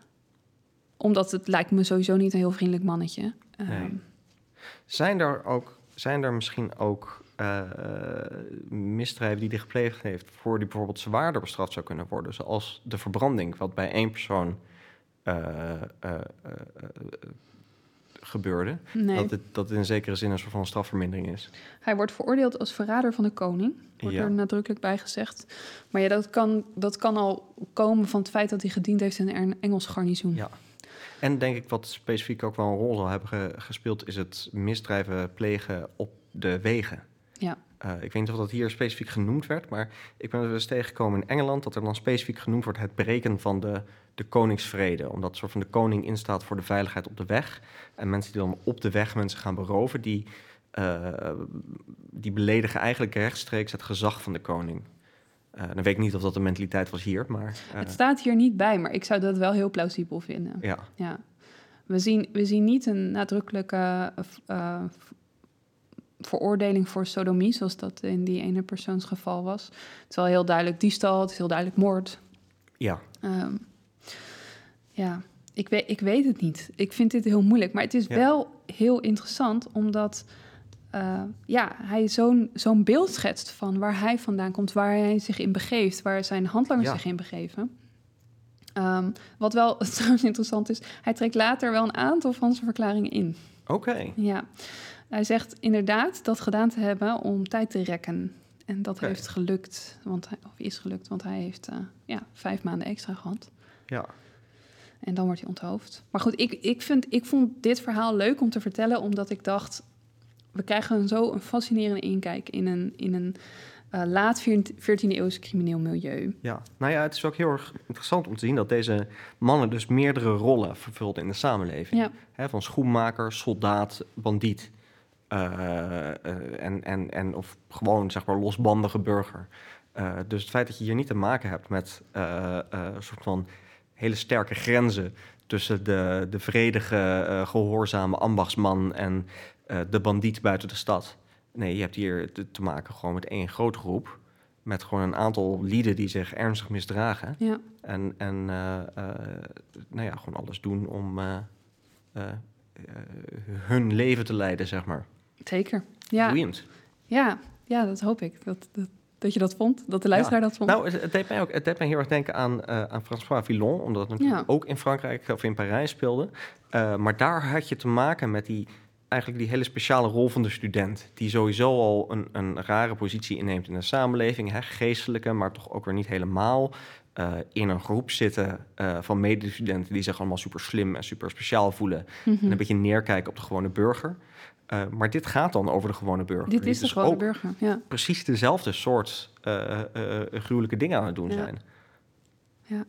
Omdat het lijkt me sowieso niet een heel vriendelijk mannetje. Um, nee. Zijn er ook, zijn er misschien ook... Uh, misdrijven die hij gepleegd heeft... voor die bijvoorbeeld zwaarder bestraft zou kunnen worden... zoals de verbranding, wat bij één persoon uh, uh, uh, uh, gebeurde. Nee. Dat, het, dat het in zekere zin een soort van strafvermindering is. Hij wordt veroordeeld als verrader van de koning. Wordt ja. er nadrukkelijk bij gezegd. Maar ja, dat kan, dat kan al komen van het feit... dat hij gediend heeft in een Engels garnizoen. Ja. En denk ik wat specifiek ook wel een rol zal hebben ge- gespeeld... is het misdrijven plegen op de wegen. Ja. Uh, ik weet niet of dat hier specifiek genoemd werd... maar ik ben er dus tegengekomen in Engeland... dat er dan specifiek genoemd wordt het breken van de, de koningsvrede. Omdat soort van de koning instaat voor de veiligheid op de weg. En mensen die dan op de weg mensen gaan beroven... die, uh, die beledigen eigenlijk rechtstreeks het gezag van de koning. Uh, dan weet ik niet of dat de mentaliteit was hier, maar... Uh... Het staat hier niet bij, maar ik zou dat wel heel plausibel vinden. Ja. ja. We zien, we zien niet een nadrukkelijke... Uh, veroordeling voor sodomie, zoals dat in die ene persoonsgeval was. Het is wel heel duidelijk diefstal, het is heel duidelijk moord. Ja. Um, ja, ik weet, ik weet het niet. Ik vind dit heel moeilijk, maar het is ja. wel heel interessant, omdat uh, ja, hij zo'n, zo'n beeld schetst van waar hij vandaan komt, waar hij zich in begeeft, waar zijn handlangers ja. zich in begeven. Um, wat wel trouwens interessant is, hij trekt later wel een aantal van zijn verklaringen in. Oké. Okay. Ja. Hij zegt inderdaad dat gedaan te hebben om tijd te rekken. En dat okay. heeft gelukt, want hij, of is gelukt, want hij heeft uh, ja, vijf maanden extra gehad. Ja. En dan wordt hij onthoofd. Maar goed, ik, ik, vind, ik vond dit verhaal leuk om te vertellen, omdat ik dacht... we krijgen zo een fascinerende inkijk in een, in een uh, laat veertiende eeuws crimineel milieu. Ja, nou ja, het is ook heel erg interessant om te zien dat deze mannen dus meerdere rollen vervulden in de samenleving. Ja. Hè, van schoenmaker, soldaat, bandiet. Uh, uh, en, en, en of gewoon, zeg maar, losbandige burger. Uh, dus het feit dat je hier niet te maken hebt met uh, uh, een soort van hele sterke grenzen tussen de, de vredige, uh, gehoorzame ambachtsman en uh, de bandiet buiten de stad. Nee, je hebt hier te, te maken gewoon met één grote groep. Met gewoon een aantal lieden die zich ernstig misdragen. Ja. En, en uh, uh, nou ja, gewoon alles doen om uh, uh, uh, hun leven te leiden, zeg maar. Zeker. Ja. Boeiend. Ja, ja, dat hoop ik. Dat, dat, dat je dat vond, dat de luisteraar ja. dat vond. Nou, het, het deed mij ook het deed mij heel erg denken aan, uh, aan François Villon, omdat het natuurlijk ja. ook in Frankrijk of in Parijs speelde. Uh, maar daar had je te maken met die, eigenlijk die hele speciale rol van de student, die sowieso al een, een rare positie inneemt in de samenleving, hè, geestelijke, maar toch ook weer niet helemaal. Uh, in een groep zitten uh, van medestudenten die zich allemaal super slim en super speciaal voelen. Mm-hmm. En een beetje neerkijken op de gewone burger. Uh, maar dit gaat dan over de gewone burger. Dit is de dus gewone burger, ja. Precies dezelfde soort uh, uh, gruwelijke dingen aan het doen ja. zijn. Ja.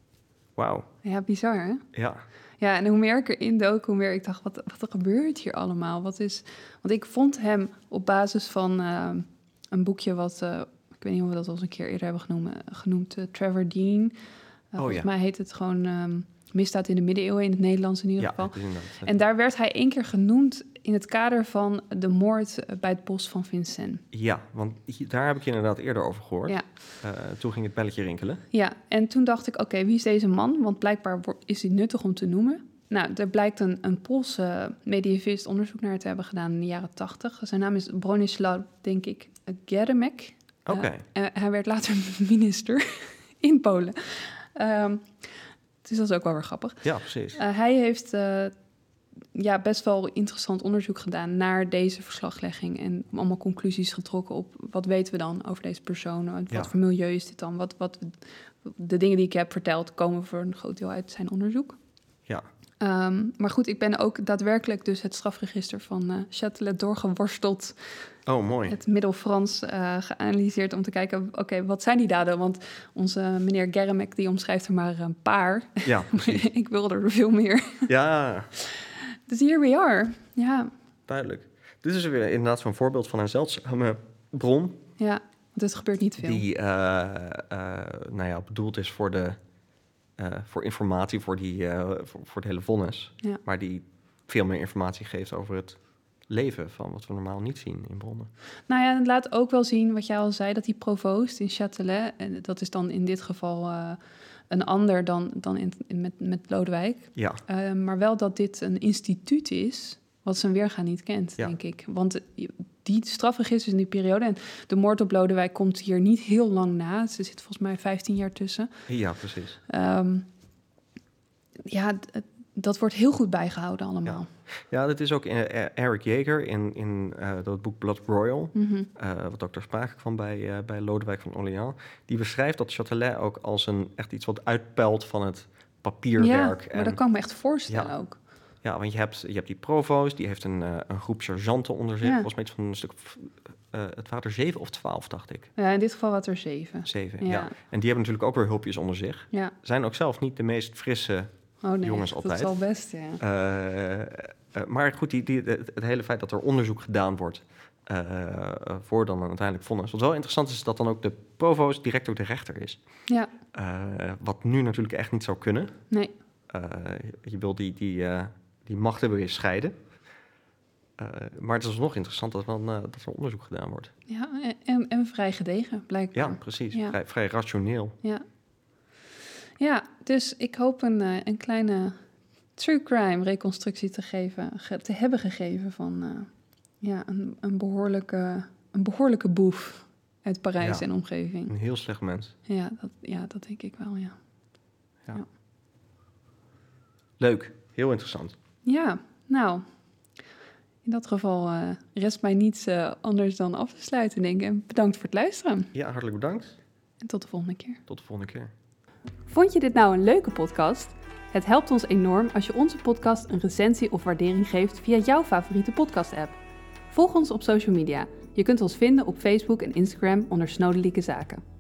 Wauw. Ja, bizar, hè? Ja. Ja, en hoe meer ik erin dook, hoe meer ik dacht, wat, wat er gebeurt hier allemaal? Wat is... Want ik vond hem op basis van uh, een boekje wat... Uh, ik weet niet of we dat al eens een keer eerder hebben genoemd, genoemd uh, Trevor Dean. Uh, oh, volgens ja. mij heet het gewoon um, Misdaad in de middeleeuwen, in het Nederlands in ieder ja, geval. Het en daar werd hij één keer genoemd in het kader van de moord bij het bos van Vincennes. Ja, want daar heb ik je inderdaad eerder over gehoord. Ja. Uh, toen ging het belletje rinkelen. Ja, en toen dacht ik, oké, okay, wie is deze man? Want blijkbaar is hij nuttig om te noemen. Nou, er blijkt een, een Poolse medievist onderzoek naar te hebben gedaan in de jaren tachtig. Zijn naam is Bronislaw, denk ik, Geremek. Oké. Okay. Uh, hij werd later minister in Polen. Um, dus dat is ook wel weer grappig. Ja, precies. Uh, hij heeft uh, ja, best wel interessant onderzoek gedaan naar deze verslaglegging. En allemaal conclusies getrokken op wat weten we dan over deze persoon. Wat ja. voor milieu is dit dan? Wat, wat, de dingen die ik heb verteld komen voor een groot deel uit zijn onderzoek. Ja. Um, maar goed, ik ben ook daadwerkelijk dus het strafregister van uh, Châtelet doorgeworsteld. Oh, mooi. Het Middel-Frans uh, geanalyseerd om te kijken, oké, okay, wat zijn die daden? Want onze meneer Geremek, die omschrijft er maar een paar. Ja, precies. Ik wil er veel meer. Ja. Dus here we are. Ja. Duidelijk. Dit is weer inderdaad zo'n voorbeeld van een zeldzame bron. Ja, dat gebeurt niet veel. Die, uh, uh, nou ja, bedoeld is voor de... Uh, voor informatie, voor, die, uh, voor, voor het hele vonnis. Ja. Maar die veel meer informatie geeft over het leven van wat we normaal niet zien in bronnen. Nou ja, het laat ook wel zien wat jij al zei, dat die provoost in Châtelet, en dat is dan in dit geval uh, een ander dan, dan in, in, met, met Lodewijk. Ja. Uh, maar wel dat dit een instituut is wat zijn weerga niet kent, ja. denk ik. Want die strafregisters in die periode, en de moord op Lodewijk komt hier niet heel lang na. Er zit volgens mij vijftien jaar tussen. Ja, precies. Um, ja, d- dat wordt heel goed bijgehouden allemaal. Ja, ja dat is ook uh, Eric Jaeger in, in uh, dat boek Blood Royal, mm-hmm. uh, wat ook ter sprake kwam bij, uh, bij Lodewijk van Orléans. Die beschrijft dat Châtelet ook als een echt iets wat uitpelt van het papierwerk. Ja, maar en, dat kan ik me echt voorstellen ja. ook. Ja, want je hebt, je hebt die provoost, die heeft een, uh, een groep sergeanten onder zich. Ja. Volgens mij iets van een stuk, uh, het waren er zeven of twaalf, dacht ik. Ja, in dit geval wat er zeven. Zeven, ja. ja. En die hebben natuurlijk ook weer hulpjes onder zich. Ja. Zijn ook zelf niet de meest frisse oh, nee, jongens altijd. Dat is al best, ja. Uh, uh, maar goed, die, die, het, het hele feit dat er onderzoek gedaan wordt uh, uh, voor dan een uiteindelijk vonnis. Wat wel interessant is, is dat dan ook de provost direct ook de rechter is. Ja. Uh, wat nu natuurlijk echt niet zou kunnen. Nee. Uh, je wil die... die uh, Die machten weer eens scheiden. Uh, maar het is nog interessant dat, dan, uh, dat er onderzoek gedaan wordt. Ja, en, en vrij gedegen, blijkbaar. Ja, precies. Ja. Vrij, vrij rationeel. Ja. Ja, dus ik hoop een, uh, een kleine true crime reconstructie te, geven, ge, te hebben gegeven van uh, ja, een, een, behoorlijke, een behoorlijke boef uit Parijs ja, en omgeving. Een heel slecht mens. Ja dat, ja, dat denk ik wel, ja. ja. ja. Leuk, heel interessant. Ja, nou, in dat geval uh, rest mij niets uh, anders dan af te sluiten, denk ik. En bedankt voor het luisteren. Ja, hartelijk bedankt. En tot de volgende keer. Tot de volgende keer. Vond je dit nou een leuke podcast? Het helpt ons enorm als je onze podcast een recensie of waardering geeft via jouw favoriete podcast-app. Volg ons op social media. Je kunt ons vinden op Facebook en Instagram onder Snodelijke Zaken.